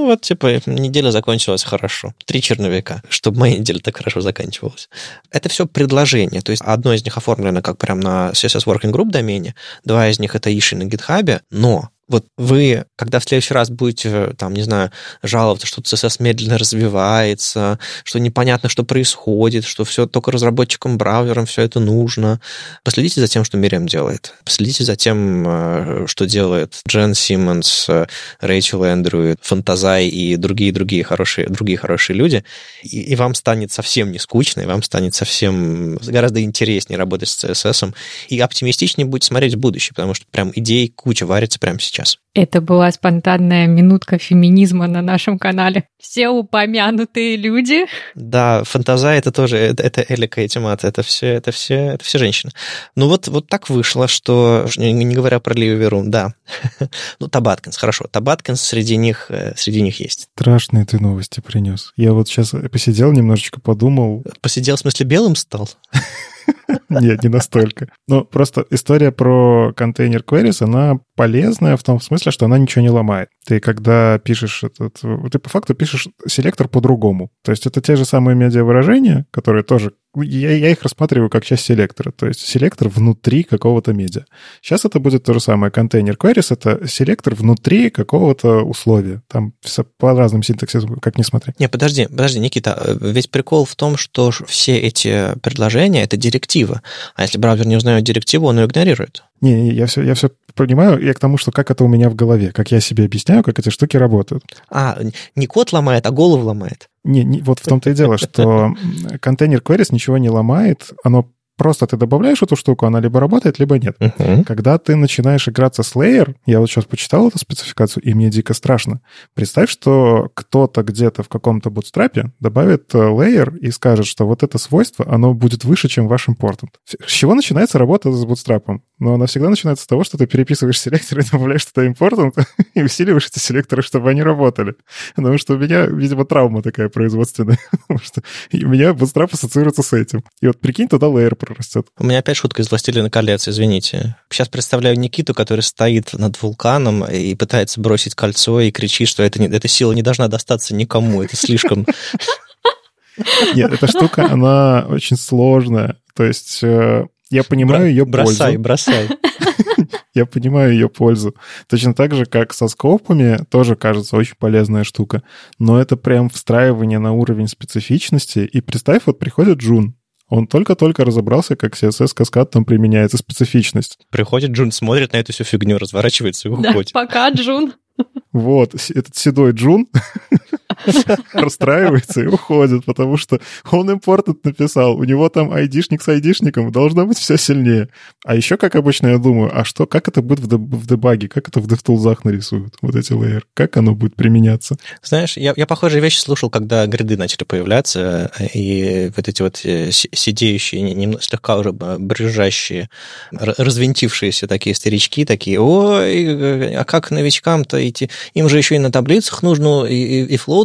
неделя закончилась хорошо. 3 черновика, чтобы моя неделя так хорошо заканчивалась. Это все предложение. То есть одно из них оформлено как прям на CSS Working Group домене, 2 из них это issue на GitHub, но вот вы, когда в следующий раз будете, жаловаться, что CSS медленно развивается, что непонятно, что происходит, что все только разработчикам браузерам все это нужно, последите за тем, что Мириам делает. Последите за тем, что делает Джен Симмонс, Рэйчел Эндрю, Фантазай и другие хорошие люди, и вам станет совсем не скучно, и вам станет совсем гораздо интереснее работать с CSS, и оптимистичнее будете смотреть в будущее, потому что прям идей куча варится прямо сейчас. Это была спонтанная минутка феминизма на нашем канале. Все упомянутые люди. Да, Фантазай это тоже, это Элика и Тимат, это все женщины. Вот так вышло, что, не говоря про Ливи Верун, да. Табаткинс, хорошо, Табаткинс среди них есть. Страшные ты новости принес. Я вот сейчас посидел немножечко, подумал. Посидел, в смысле, белым стал? Нет, не настолько. Просто история про контейнер queries, она полезная в том смысле, что она ничего не ломает. Ты когда пишешь ты по факту пишешь селектор по-другому. То есть это те же самые медиавыражения, которые тоже... Я их рассматриваю как часть селектора. То есть селектор внутри какого-то медиа. Сейчас это будет то же самое. Контейнер queries — это селектор внутри какого-то условия. Там по разным синтаксисам, как ни смотри. Не, подожди, Никита. Ведь прикол в том, что все эти предложения — это директива. А если браузер не узнает директиву, он ее игнорирует. Не, я все понимаю. Я к тому, что как это у меня в голове, как я себе объясняю, как эти штуки работают. Не код ломает, а голову ломает. Вот в том-то и дело, что контейнер queries ничего не ломает, оно просто ты добавляешь эту штуку, она либо работает, либо нет. Когда ты начинаешь играться с layer, я вот сейчас почитал эту спецификацию, и мне дико страшно. Представь, что кто-то где-то в каком-то бутстрапе добавит layer и скажет, что вот это свойство, оно будет выше, чем ваш important. С чего начинается работа с бутстрапом? Но она всегда начинается с того, что ты переписываешь селектор и добавляешь туда important и усиливаешь эти селекторы, чтобы они работали. Потому что у меня, видимо, травма такая производственная. Потому что у меня бутстрап ассоциируется с этим. И вот прикинь, туда layer прорастет. У меня опять шутка из «Властелина колец», извините. Сейчас представляю Никиту, который стоит над вулканом и пытается бросить кольцо и кричит, что эта сила не должна достаться никому, это слишком... Нет, эта штука, она очень сложная. То есть я понимаю ее пользу. Бросай. Я понимаю ее пользу. Точно так же, как со скопами, тоже кажется очень полезная штука. Но это прям встраивание на уровень специфичности. И представь, вот приходит Джун. Он только-только разобрался, как CSS-каскад там применяется специфичность. Приходит Джун, смотрит на эту всю фигню, разворачивается и уходит. Да, пока, Джун. Вот, этот седой Джун расстраивается и уходит, потому что он important написал, у него там айдишник с айдишником, должно быть все сильнее. А еще, как обычно, я думаю, как это будет в дебаге, как это в DevTools нарисуют, вот эти layer, как оно будет применяться? Знаешь, я похожие вещи слушал, когда гриды начали появляться, и вот эти вот сидеющие, слегка уже брюзжащие, развинтившиеся такие старички, такие, ой, а как новичкам-то идти? Им же еще и на таблицах нужно и флоут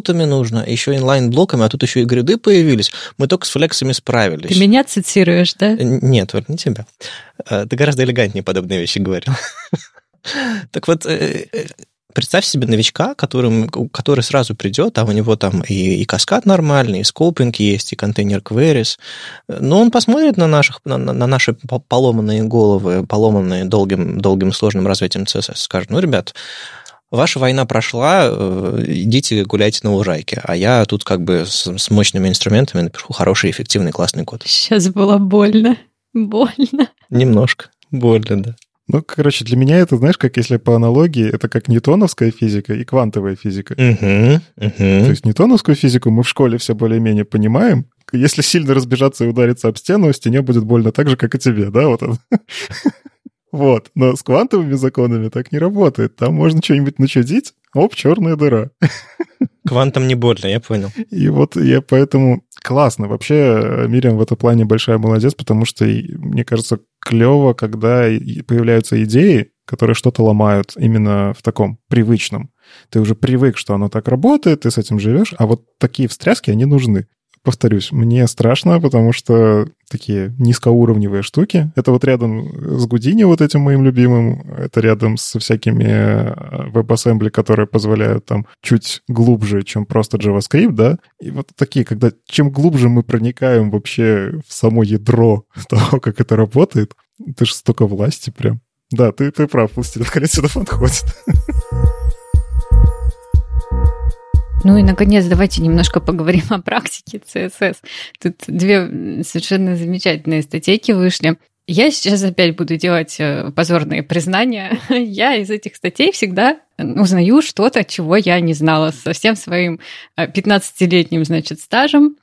атрибутами нужно, еще инлайн-блоками, а тут еще и гриды появились. Мы только с флексами справились. Ты меня цитируешь, да? Нет, Оль, не тебя. Ты гораздо элегантнее подобные вещи говорил. Так вот, представь себе новичка, который сразу придет, а у него там и каскад нормальный, и скопинг есть, и контейнер queries. Но он посмотрит на наши поломанные головы, поломанные долгим сложным развитием CSS, скажет, ну, ребят, ваша война прошла, идите гуляйте на лужайке, а я тут как бы с мощными инструментами напишу хороший, эффективный, классный код. Сейчас было больно. Больно. Немножко. Больно, да. Ну, короче, для меня это, знаешь, как если по аналогии, это как ньютоновская физика и квантовая физика. То есть ньютоновскую физику мы в школе все более-менее понимаем. Если сильно разбежаться и удариться об стену, стене будет больно так же, как и тебе, да? Вот это. Вот. Но с квантовыми законами так не работает. Там можно что-нибудь начудить, оп, черная дыра. Квантом не больно, я понял. И вот я поэтому... Классно. Вообще, Мириам в этом плане большая молодец, потому что, мне кажется, клево, когда появляются идеи, которые что-то ломают именно в таком привычном. Ты уже привык, что оно так работает, ты с этим живешь, а вот такие встряски, они нужны. Повторюсь, мне страшно, потому что такие низкоуровневые штуки. Это вот рядом с Гудини, вот этим моим любимым, это рядом со всякими WebAssembly, которые позволяют там чуть глубже, чем просто JavaScript, да? И вот такие, когда чем глубже мы проникаем вообще в само ядро того, как это работает, это же столько власти прям. Да, ты прав, «Властелин колец» сюда подходит. Ну и, наконец, давайте немножко поговорим о практике CSS. Тут две совершенно замечательные статейки вышли. Я сейчас опять буду делать позорные признания. Я из этих статей всегда узнаю что-то, чего я не знала. Со всем своим 15-летним, значит, стажем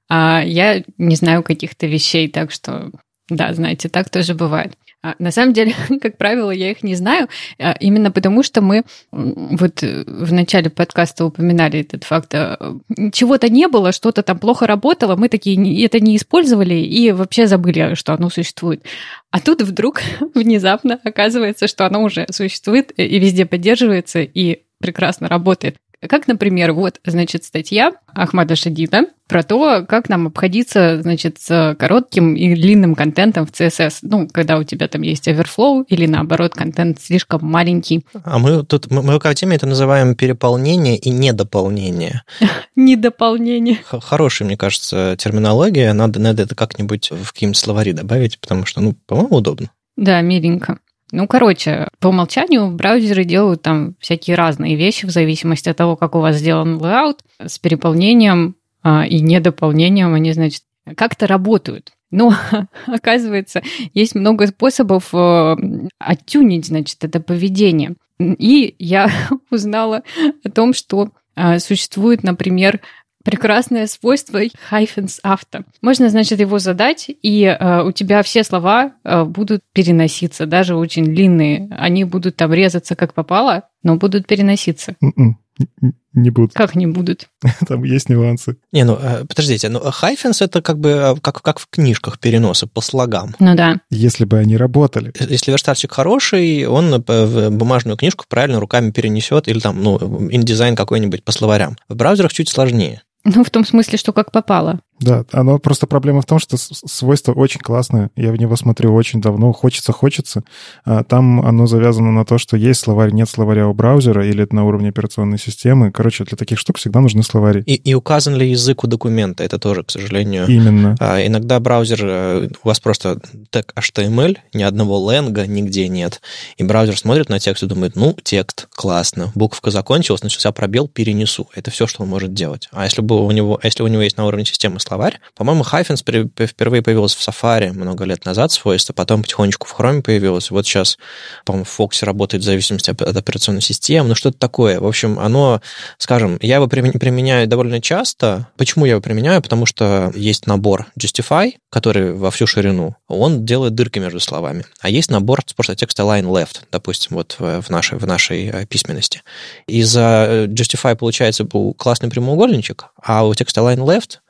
я не знаю каких-то вещей, так что, да, знаете, так тоже бывает. На самом деле, как правило, я их не знаю, именно потому что мы вот в начале подкаста упоминали этот факт. Чего-то не было, что-то там плохо работало, мы такие это не использовали и вообще забыли, что оно существует. А тут вдруг внезапно оказывается, что оно уже существует и везде поддерживается и прекрасно работает. Как, например, вот, значит, статья Ахмада Шадида про то, как нам обходиться, значит, с коротким и длинным контентом в CSS. Ну, когда у тебя там есть overflow или, наоборот, контент слишком маленький. А мы в Академии это называем переполнение и недополнение. Недополнение. Хорошая, мне кажется, терминология. Надо это как-нибудь в какие-нибудь словари добавить, потому что, по-моему, удобно. Да, миленько. Ну, короче, по умолчанию браузеры делают там всякие разные вещи в зависимости от того, как у вас сделан layout, с переполнением и недополнением они, значит, как-то работают. Но, оказывается, есть много способов оттюнить, значит, это поведение. И я узнала о том, что существует, например, прекрасное свойство hyphens after. Можно, значит, его задать, и у тебя все слова будут переноситься, даже очень длинные. Они будут там резаться как попало, но будут переноситься. Не будут. Как не будут? Там есть нюансы. Подождите, hyphens это как бы как в книжках переносы по слогам. Ну да. Если бы они работали. Если верстальщик хороший, он бумажную книжку правильно руками перенесет, или там, InDesign какой-нибудь по словарям. В браузерах чуть сложнее. Ну, в том смысле, что как попало. Да, оно просто проблема в том, что свойство очень классное. Я в него смотрю очень давно. Хочется. Там оно завязано на то, что есть словарь, нет словаря у браузера, или это на уровне операционной системы. Короче, для таких штук всегда нужны словари. И указан ли язык у документа? Это тоже, к сожалению. Именно. Иногда браузер, у вас просто тег HTML, ни одного ленга нигде нет. И браузер смотрит на текст и думает, текст, классно. Буковка закончилась, начался пробел, перенесу. Это все, что он может делать. А если у него есть на уровне системы словарь, по-моему, hyphens впервые появился в Safari много лет назад свойство, потом потихонечку в Chrome появилось. Вот сейчас, по-моему, в Fox работает в зависимости от операционной системы, что-то такое. В общем, оно, скажем, я его применяю довольно часто. Почему я его применяю? Потому что есть набор Justify, который во всю ширину, он делает дырки между словами. А есть набор просто текста line left, допустим, вот в нашей письменности. Из-за Justify получается классный прямоугольничек, а у текста line left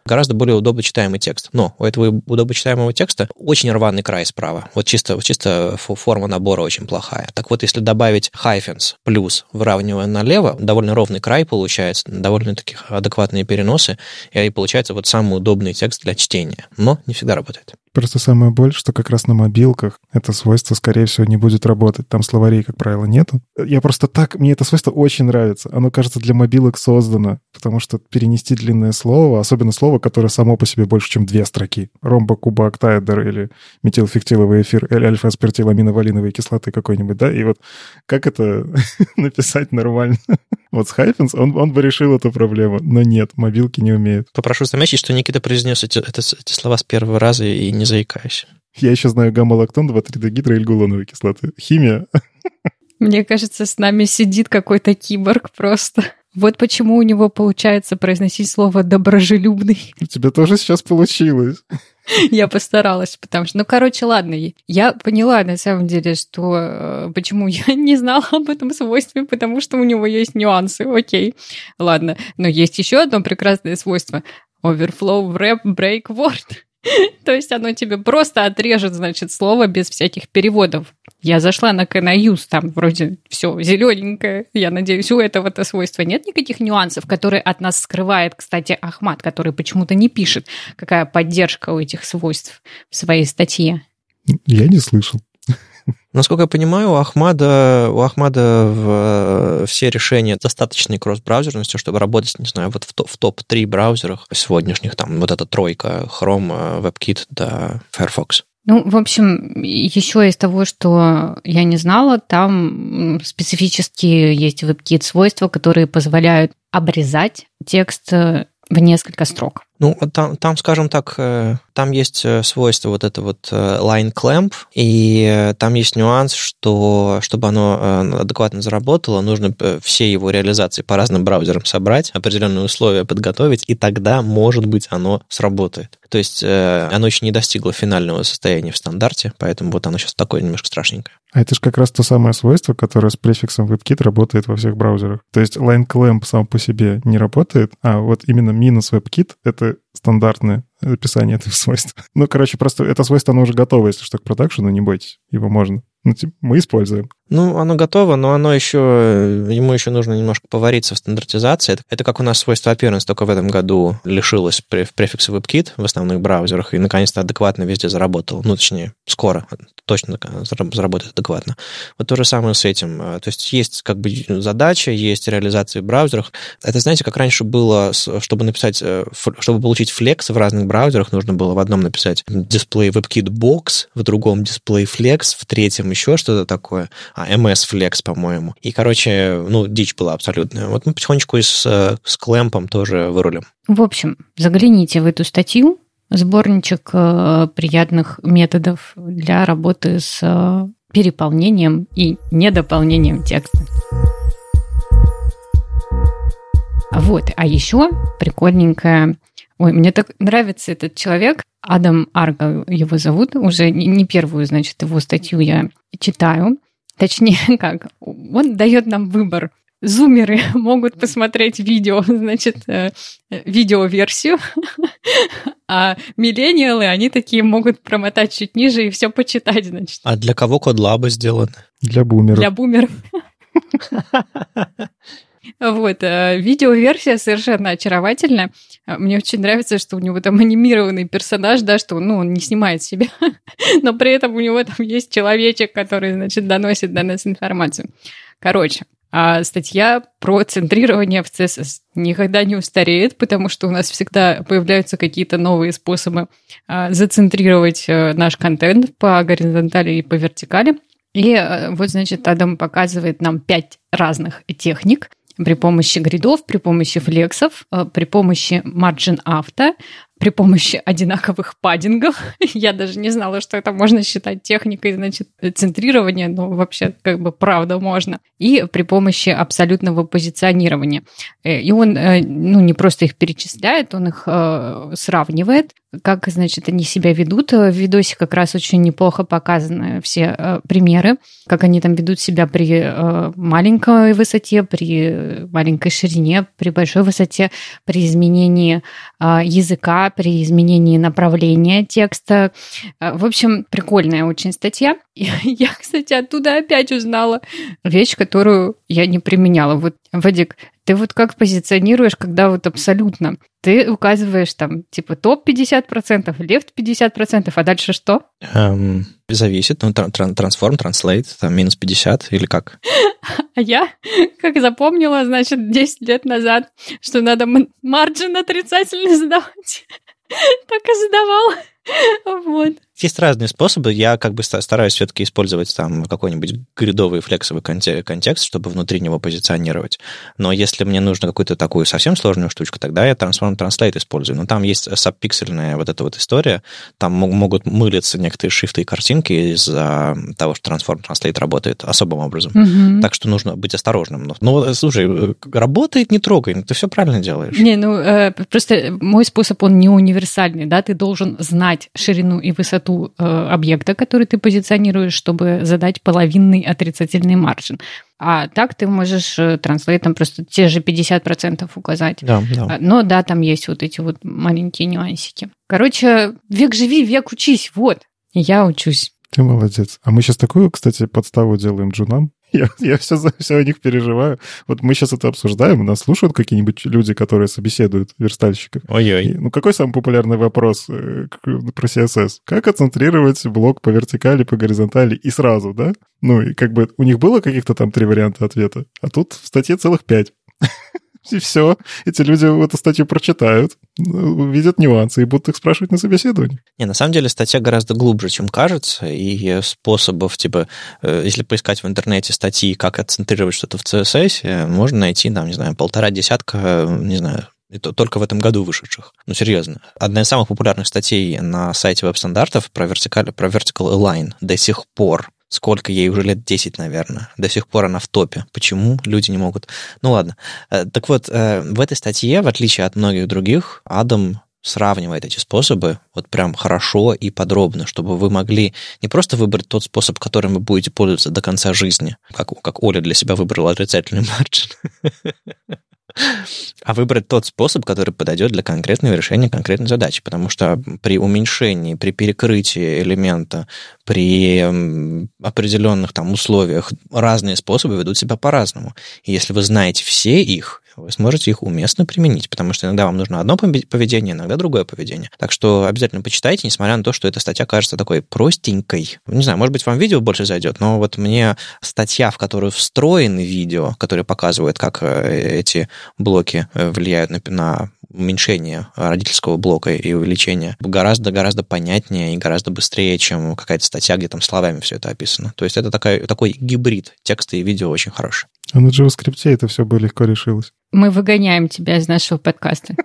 гораздо более удобочитаемый текст. Но у этого удобочитаемого текста очень рваный край справа. Вот чисто форма набора очень плохая. Так вот, если добавить hyphens плюс выравнивая налево, довольно ровный край получается, довольно таких адекватные переносы, и получается вот самый удобный текст для чтения. Но не всегда работает. Просто самое боль, что как раз на мобилках это свойство, скорее всего, не будет работать. Там словарей, как правило, нету. Мне это свойство очень нравится. Оно, кажется, для мобилок создано, потому что перенести длинное слово, особенно слово, которое само по себе больше, чем 2 строки. Ромбокубооктаэдр или метилфектиловый эфир или альфа-аспартиламиновалиновой кислоты какой-нибудь, да? И вот как это написать нормально? Вот с hyphens он бы решил эту проблему, но нет, мобилки не умеют. Попрошу заметить, что Никита произнес эти слова с первого раза и не заикаясь. Я еще знаю гамма-лактон 2,3-дегидрогидролоновой кислоты. Химия. Мне кажется, с нами сидит какой-то киборг просто. Вот почему у него получается произносить слово «доброжелюбный». У тебя тоже сейчас получилось. Я постаралась, потому что... ладно. Я поняла, на самом деле, что... Почему я не знала об этом свойстве, потому что у него есть нюансы. Окей, ладно. Но есть еще одно прекрасное свойство. Overflow wrap break word. То есть оно тебе просто отрежет, значит, слово без всяких переводов. Я зашла на Can-I-Use, там вроде все зелененькое. Я надеюсь, у этого-то свойства нет никаких нюансов, которые от нас скрывает, кстати, Ахмад, который почему-то не пишет, какая поддержка у этих свойств в своей статье. Я не слышал. Насколько я понимаю, у Ахмада все решения достаточной кросс-браузерностью, чтобы работать, не знаю, вот в топ-3 браузерах сегодняшних, там вот эта тройка, Chrome, WebKit да Firefox. Ну, в общем, еще из того, что я не знала, там специфически есть WebKit свойства, которые позволяют обрезать текст в несколько строк. Ну, там, скажем так, там есть свойство вот это вот line clamp, и там есть нюанс, что чтобы оно адекватно заработало, нужно все его реализации по разным браузерам собрать, определенные условия подготовить, и тогда, может быть, оно сработает. То есть оно еще не достигло финального состояния в стандарте, поэтому вот оно сейчас такое немножко страшненькое. А это же как раз то самое свойство, которое с префиксом WebKit работает во всех браузерах. То есть line clamp сам по себе не работает, а вот именно минус WebKit — это стандартное описание этого свойства. Ну, короче, просто это свойство, оно уже готово, если что, к продакшену, не бойтесь, его можно. Ну, мы используем. Ну, оно готово, но ему еще нужно немножко повариться в стандартизации. Это как у нас свойство appearance только в этом году лишилось префикса WebKit в основных браузерах и, наконец-то, адекватно везде заработало. Ну, точнее, скоро точно заработает адекватно. Вот то же самое с этим. То есть есть как бы задача, есть реализация в браузерах. Это, знаете, как раньше было, чтобы получить flex в разных браузерах, нужно было в одном написать display WebKit box, в другом display flex, в третьем еще что-то такое. MS Flex, по-моему. И, короче, дичь была абсолютная. Вот мы потихонечку с клэмпом тоже вырулим. В общем, загляните в эту статью. Сборничек приятных методов для работы с переполнением и недополнением текста. Вот. А еще прикольненькое... Ой, мне так нравится этот человек. Адам Арго его зовут. Уже не первую, значит, его статью я читаю. Точнее, как? Он дает нам выбор. Зумеры могут посмотреть видео, значит, видеоверсию, а миллениалы, они такие могут промотать чуть ниже и все почитать, значит. А для кого кодлабы сделаны? Для бумеров. Для бумеров. Вот, видеоверсия совершенно очаровательная. Мне очень нравится, что у него там анимированный персонаж, да, что он не снимает себя, но при этом у него там есть человечек, который, значит, доносит до нас информацию. Короче, статья про центрирование в CSS никогда не устареет, потому что у нас всегда появляются какие-то новые способы зацентрировать наш контент по горизонтали и по вертикали. И вот, значит, Адам показывает нам 5 разных техник при помощи гридов, при помощи флексов, при помощи margin auto, при помощи одинаковых паддингов. Я даже не знала, что это можно считать техникой, значит, центрирования, но вообще как бы правда можно. И при помощи абсолютного позиционирования. И он, не просто их перечисляет, он их сравнивает, как, значит, они себя ведут. В видосе как раз очень неплохо показаны все примеры, как они там ведут себя при маленькой высоте, при маленькой ширине, при большой высоте, при изменении языка, при изменении направления текста. В общем, прикольная очень статья. Я, кстати, оттуда опять узнала вещь, которую я не применяла. Вот, Вадик, ты вот как позиционируешь, когда вот абсолютно? Ты указываешь там типа топ 50%, лефт 50%, а дальше что? Зависит. Transform, Translate, там минус 50 или как? А я, как запомнила, значит, 10 лет назад, что надо марджин отрицательный задавать. Так и задавала. Вот. Есть разные способы. Я как бы стараюсь все-таки использовать там какой-нибудь гридовый флексовый контекст, чтобы внутри него позиционировать. Но если мне нужно какую-то такую совсем сложную штучку, тогда я Transform Translate использую. Но там есть сабпиксельная вот эта вот история. Там могут мылиться некоторые шрифты и картинки из-за того, что Transform Translate работает особым образом. Mm-hmm. Так что нужно быть осторожным. Но, слушай, работает, не трогай. Ты все правильно делаешь. Не, просто мой способ, он не универсальный, да, ты должен знать ширину и высоту объекта, который ты позиционируешь, чтобы задать половинный отрицательный маржин. А так ты можешь транслейтом просто те же 50% указать. Да. Но да, там есть вот эти вот маленькие нюансики. Короче, век живи, век учись, вот. И я учусь. Ты молодец. А мы сейчас такую, кстати, подставу делаем джунам. Я все о них переживаю. Вот мы сейчас это обсуждаем, нас слушают какие-нибудь люди, которые собеседуют верстальщиков. Ой-ой. Какой самый популярный вопрос про CSS? Как отцентрировать блок по вертикали, по горизонтали и сразу, да? И как бы у них было каких-то там 3 варианта ответа, а тут в статье целых 5. И все. Эти люди эту статью прочитают, видят нюансы и будут их спрашивать на собеседовании. Не, на самом деле статья гораздо глубже, чем кажется, и способов, типа, если поискать в интернете статьи, как отцентрировать что-то в CSS, можно найти, там, не знаю, 1,5 десятка, не знаю, только в этом году вышедших. Серьезно. Одна из самых популярных статей на сайте веб-стандартов про Vertical Align до сих пор. Сколько ей уже лет 10, наверное. До сих пор она в топе. Почему люди не могут? Ладно. Так вот, в этой статье, в отличие от многих других, Адам сравнивает эти способы вот прям хорошо и подробно, чтобы вы могли не просто выбрать тот способ, которым вы будете пользоваться до конца жизни, как Оля для себя выбрала отрицательный маржин, а выбрать тот способ, который подойдет для конкретного решения конкретной задачи. Потому что при уменьшении, при перекрытии элемента, при определенных там условиях разные способы ведут себя по-разному. И если вы знаете все их, вы сможете их уместно применить, потому что иногда вам нужно одно поведение, иногда другое поведение. Так что обязательно почитайте, несмотря на то, что эта статья кажется такой простенькой. Не знаю, может быть, вам видео больше зайдет, но вот мне статья, в которую встроены видео, которые показывают, как эти блоки влияют на уменьшение родительского блока и увеличение, гораздо понятнее и гораздо быстрее, чем какая-то статья, где там словами все это описано. То есть это такой гибрид текста и видео очень хороший. А на JavaScript это все бы легко решилось. Мы выгоняем тебя из нашего подкаста.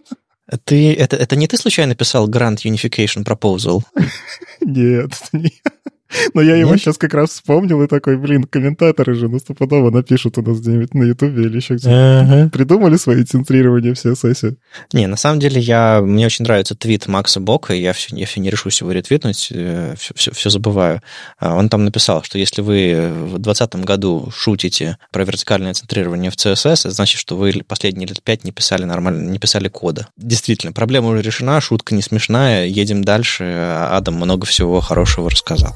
Это не ты случайно писал Grand Unification Proposal? Нет, нет. Но я его сейчас как раз вспомнил и такой, комментаторы же стопудово напишут у нас где-нибудь на Ютубе или еще где-то. Придумали свои центрирования в CSS. Не, на самом деле мне очень нравится твит Макса Бока, и я все не решусь его ретвитнуть, все забываю. Он там написал, что если вы в 2020 году шутите про вертикальное центрирование в CSS, это значит, что вы последние лет 5 не писали кода. Действительно, проблема уже решена, шутка не смешная, едем дальше. Адам много всего хорошего рассказал.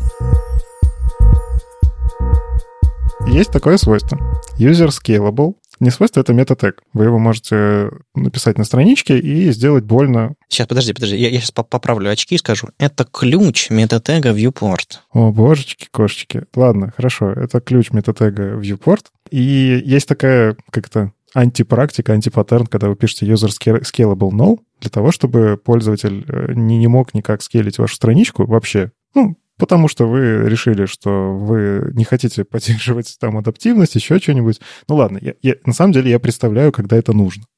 Есть такое свойство. User Scalable. Не свойство, это мета-тег. Вы его можете написать на страничке и сделать больно. Сейчас, подожди. Я сейчас поправлю очки и скажу. Это ключ мета-тега viewport. О, божечки, кошечки. Ладно, хорошо. Это ключ мета-тега viewport. И есть такая, антипрактика, антипаттерн, когда вы пишете user scalable null, для того, чтобы пользователь не мог никак скейлить вашу страничку вообще. Потому что вы решили, что вы не хотите поддерживать там адаптивность, еще что-нибудь. Ладно, на самом деле я представляю, когда это нужно.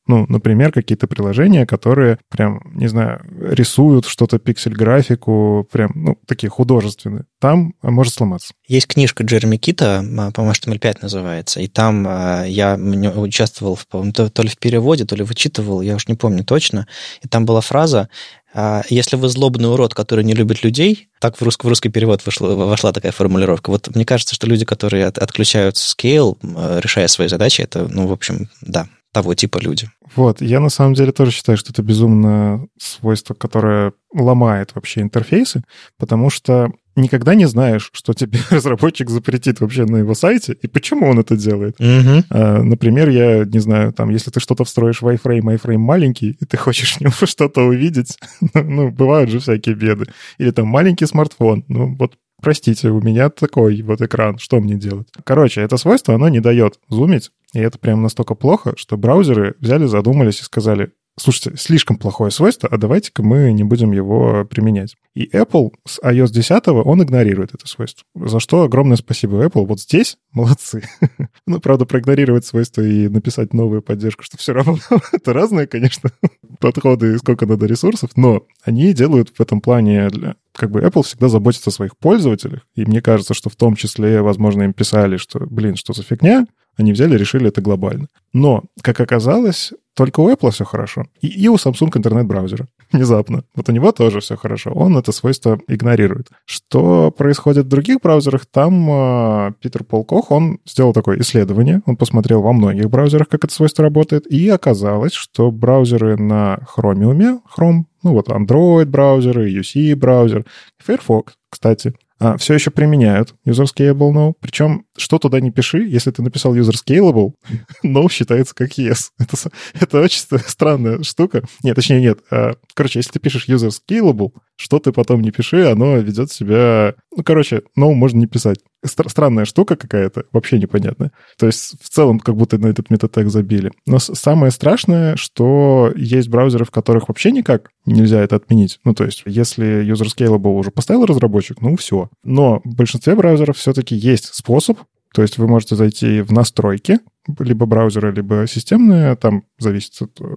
Ну, например, какие-то приложения, которые прям, не знаю, рисуют что-то, пиксель-графику, прям, ну, такие художественные. Там может сломаться. Есть книжка Джереми Кита, по-моему, HTML5 называется, и там я участвовал, по-моему, то ли в переводе, то ли вычитывал, я уж не помню точно, и там была фраза: «Если вы злобный урод, который не любит людей», так в русский перевод вошла такая формулировка. Вот мне кажется, что люди, которые отключают scale, решая свои задачи, это, ну, в общем, да, того типа люди. Вот, я на самом деле тоже считаю, что это безумное свойство, которое ломает вообще интерфейсы, потому что никогда не знаешь, что тебе разработчик запретит вообще на его сайте и почему он это делает. Например, я не знаю, там, если ты что-то встроишь в iFrame маленький, и ты хочешь в нем что-то увидеть, ну, бывают же всякие беды. Или там маленький смартфон, ну, вот простите, у меня такой вот экран, что мне делать? Короче, это свойство, оно не дает зумить, и это прям настолько плохо, что браузеры взяли, задумались и сказали: слушайте, слишком плохое свойство, а давайте-ка мы не будем его применять. И Apple с iOS 10 он игнорирует это свойство. За что огромное спасибо Apple. Вот здесь молодцы. Ну, правда, проигнорировать свойства и написать новую поддержку, что все равно это разные, конечно, подходы и сколько надо ресурсов, но они делают в этом плане... Как бы Apple всегда заботится о своих пользователях, и мне кажется, что в том числе, возможно, им писали, что, блин, что за фигня, они взяли и решили это глобально. Но, как оказалось, только у Apple все хорошо. И у Samsung интернет-браузера. Внезапно. Вот у него тоже все хорошо. Он это свойство игнорирует. Что происходит в других браузерах? Там Питер Пол Кох, он сделал такое исследование. Он посмотрел во многих браузерах, как это свойство работает. И оказалось, что браузеры на Chromium, ну вот Android-браузеры, UC-браузер, Firefox, кстати, все еще применяют User Scalable No. Причем, что туда не пиши, если ты написал User Scalable, No считается как Yes. Это очень странная штука. Нет, точнее, нет. Короче, если ты пишешь User Scalable, что ты потом не пиши, оно ведет себя... Ну, короче, No можно не писать. Странная штука какая-то, вообще непонятная. То есть, в целом, как будто на этот метатег забили. Но самое страшное, что есть браузеры, в которых вообще никак нельзя это отменить. Ну, то есть, если User Scalable уже поставил разработчик, ну, все. Но в большинстве браузеров все-таки есть способ. То есть вы можете зайти в настройки, либо браузера, либо системные, там зависит.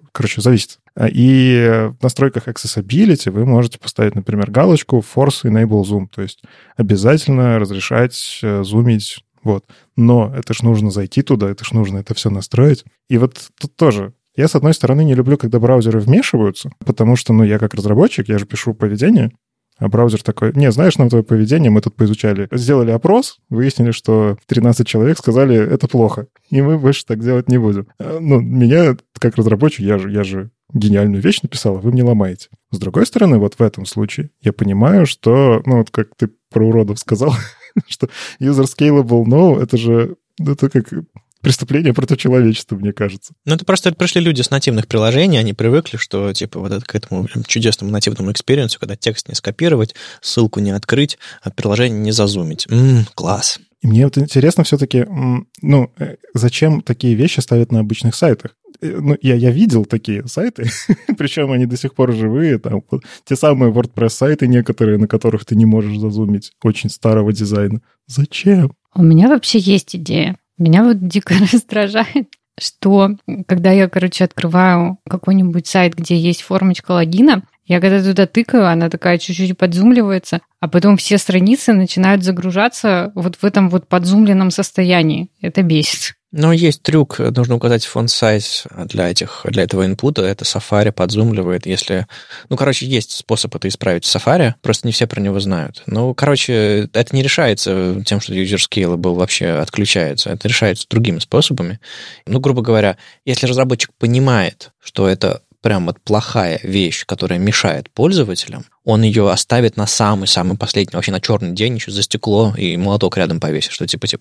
И в настройках Accessibility вы можете поставить, например, галочку Force Enable Zoom, то есть обязательно разрешать зумить. Вот. Но это ж нужно зайти туда, это ж нужно это все настроить. И вот тут тоже. Я, с одной стороны, не люблю, когда браузеры вмешиваются, потому что, ну, я как разработчик, я же пишу поведение, а браузер такой: не, знаешь, нам твое поведение, мы тут поизучали. Сделали опрос, выяснили, что 13 человек сказали, это плохо, и мы больше так делать не будем. Ну, меня, как разработчик, я же гениальную вещь написал, а вы мне ломаете. С другой стороны, вот в этом случае я понимаю, что, ну, вот как ты про уродов сказал, что User Scalable No, это как... преступление против человечества, мне кажется. Ну, это просто пришли люди с нативных приложений, они привыкли, что, типа, вот это к этому чудесному нативному экспириенсу, когда текст не скопировать, ссылку не открыть, а приложение не зазумить. Класс. И мне вот интересно все-таки, ну, зачем такие вещи ставят на обычных сайтах? Ну, я видел такие сайты, причем они до сих пор живые, там, вот, те самые WordPress-сайты некоторые, на которых ты не можешь зазумить, очень старого дизайна. Зачем? У меня вообще есть идея. Меня вот дико раздражает, что когда я, открываю какой-нибудь сайт, где есть формочка логина, я когда туда тыкаю, она такая чуть-чуть подзумливается, а потом все страницы начинают загружаться вот в этом вот подзумленном состоянии. Это бесит. Но есть трюк, нужно указать font size для этого инпута, это Safari подзумливает, если... Ну, короче, есть способ это исправить в Safari, просто не все про него знают. Ну, короче, это не решается тем, что User Scalable вообще отключается, это решается другими способами. Ну, грубо говоря, если разработчик понимает, что это прям вот плохая вещь, которая мешает пользователям, он ее оставит на самый-самый последний, вообще на черный день, еще за стекло и молоток рядом повесит, что типа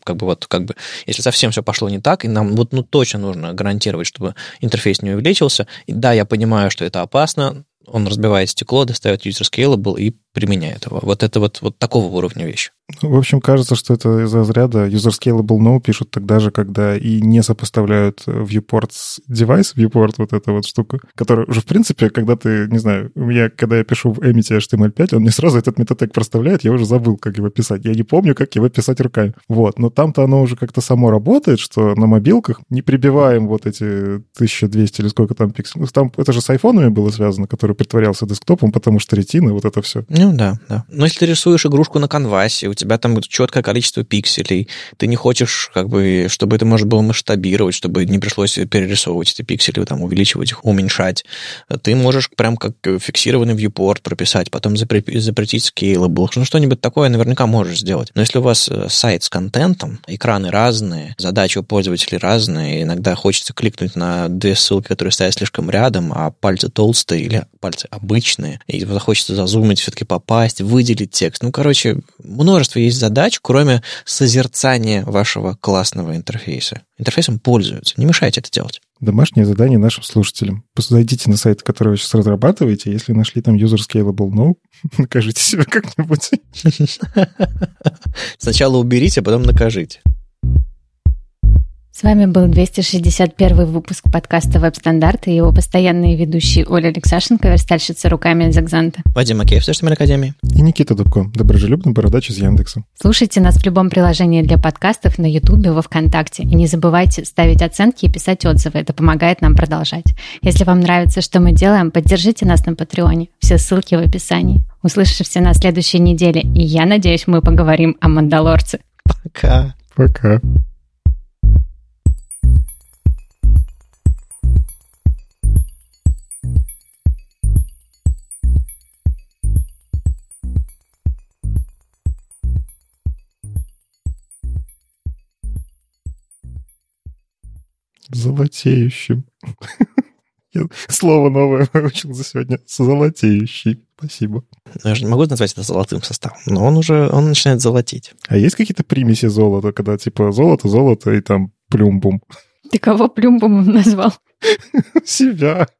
если совсем все пошло не так, и нам вот точно нужно гарантировать, чтобы интерфейс не увеличился. И да, я понимаю, что это опасно, он разбивает стекло, достает User Scalable и применяют его. Вот это вот такого уровня вещи. В общем, кажется, что это из разряда user scalable no пишут тогда же, когда и не сопоставляют viewport с device viewport, вот эта вот штука, которая уже, в принципе, когда ты, не знаю, у меня, когда я пишу в Emmet HTML5, он мне сразу этот метатег проставляет, я уже забыл, как его писать. Я не помню, как его писать руками. Вот. Но там-то оно уже как-то само работает, что на мобилках не прибиваем вот эти 1200 или сколько там пикселей. Там это же с айфонами было связано, который притворялся десктопом, потому что ретина, вот это все. Ну да. Но если ты рисуешь игрушку на канвасе, у тебя там четкое количество пикселей, ты не хочешь, чтобы это можно было масштабировать, чтобы не пришлось перерисовывать эти пиксели, там, увеличивать их, уменьшать. Ты можешь прям как фиксированный viewport прописать, потом запретить scalable. Ну, что-нибудь такое наверняка можешь сделать. Но если у вас сайт с контентом, экраны разные, задачи у пользователей разные, иногда хочется кликнуть на две ссылки, которые стоят слишком рядом, а пальцы толстые или пальцы обычные, и хочется зазумить, все-таки попасть, выделить текст. Ну, короче, множество есть задач, кроме созерцания вашего классного интерфейса. Интерфейсом пользуются. Не мешайте это делать. Домашнее задание нашим слушателям. Зайдите на сайт, который вы сейчас разрабатываете. Если нашли там user scalable no, накажите себя как-нибудь. Сначала уберите, а потом накажите. С вами был 261 выпуск подкаста «Веб-стандарты» и его постоянные ведущие Оля Алексашенко, верстальщица руками из Экзанта. Вадим Макеев с HTML Академии. И Никита Дубко, доброжелюбный бородач из Яндекса. Слушайте нас в любом приложении для подкастов, на Ютубе, во Вконтакте. И не забывайте ставить оценки и писать отзывы. Это помогает нам продолжать. Если вам нравится, что мы делаем, поддержите нас на Патреоне. Все ссылки в описании. Услышимся на следующей неделе. И я надеюсь, мы поговорим о «Мандалорце». Пока. Пока. Золотеющим. Я слово новое выучил за сегодня. Золотеющий. Спасибо. Я же не могу назвать это золотым составом, но он начинает золотить. А есть какие-то примеси золота, когда типа золото и там плюмбум? Ты кого плюмбумом назвал? Себя.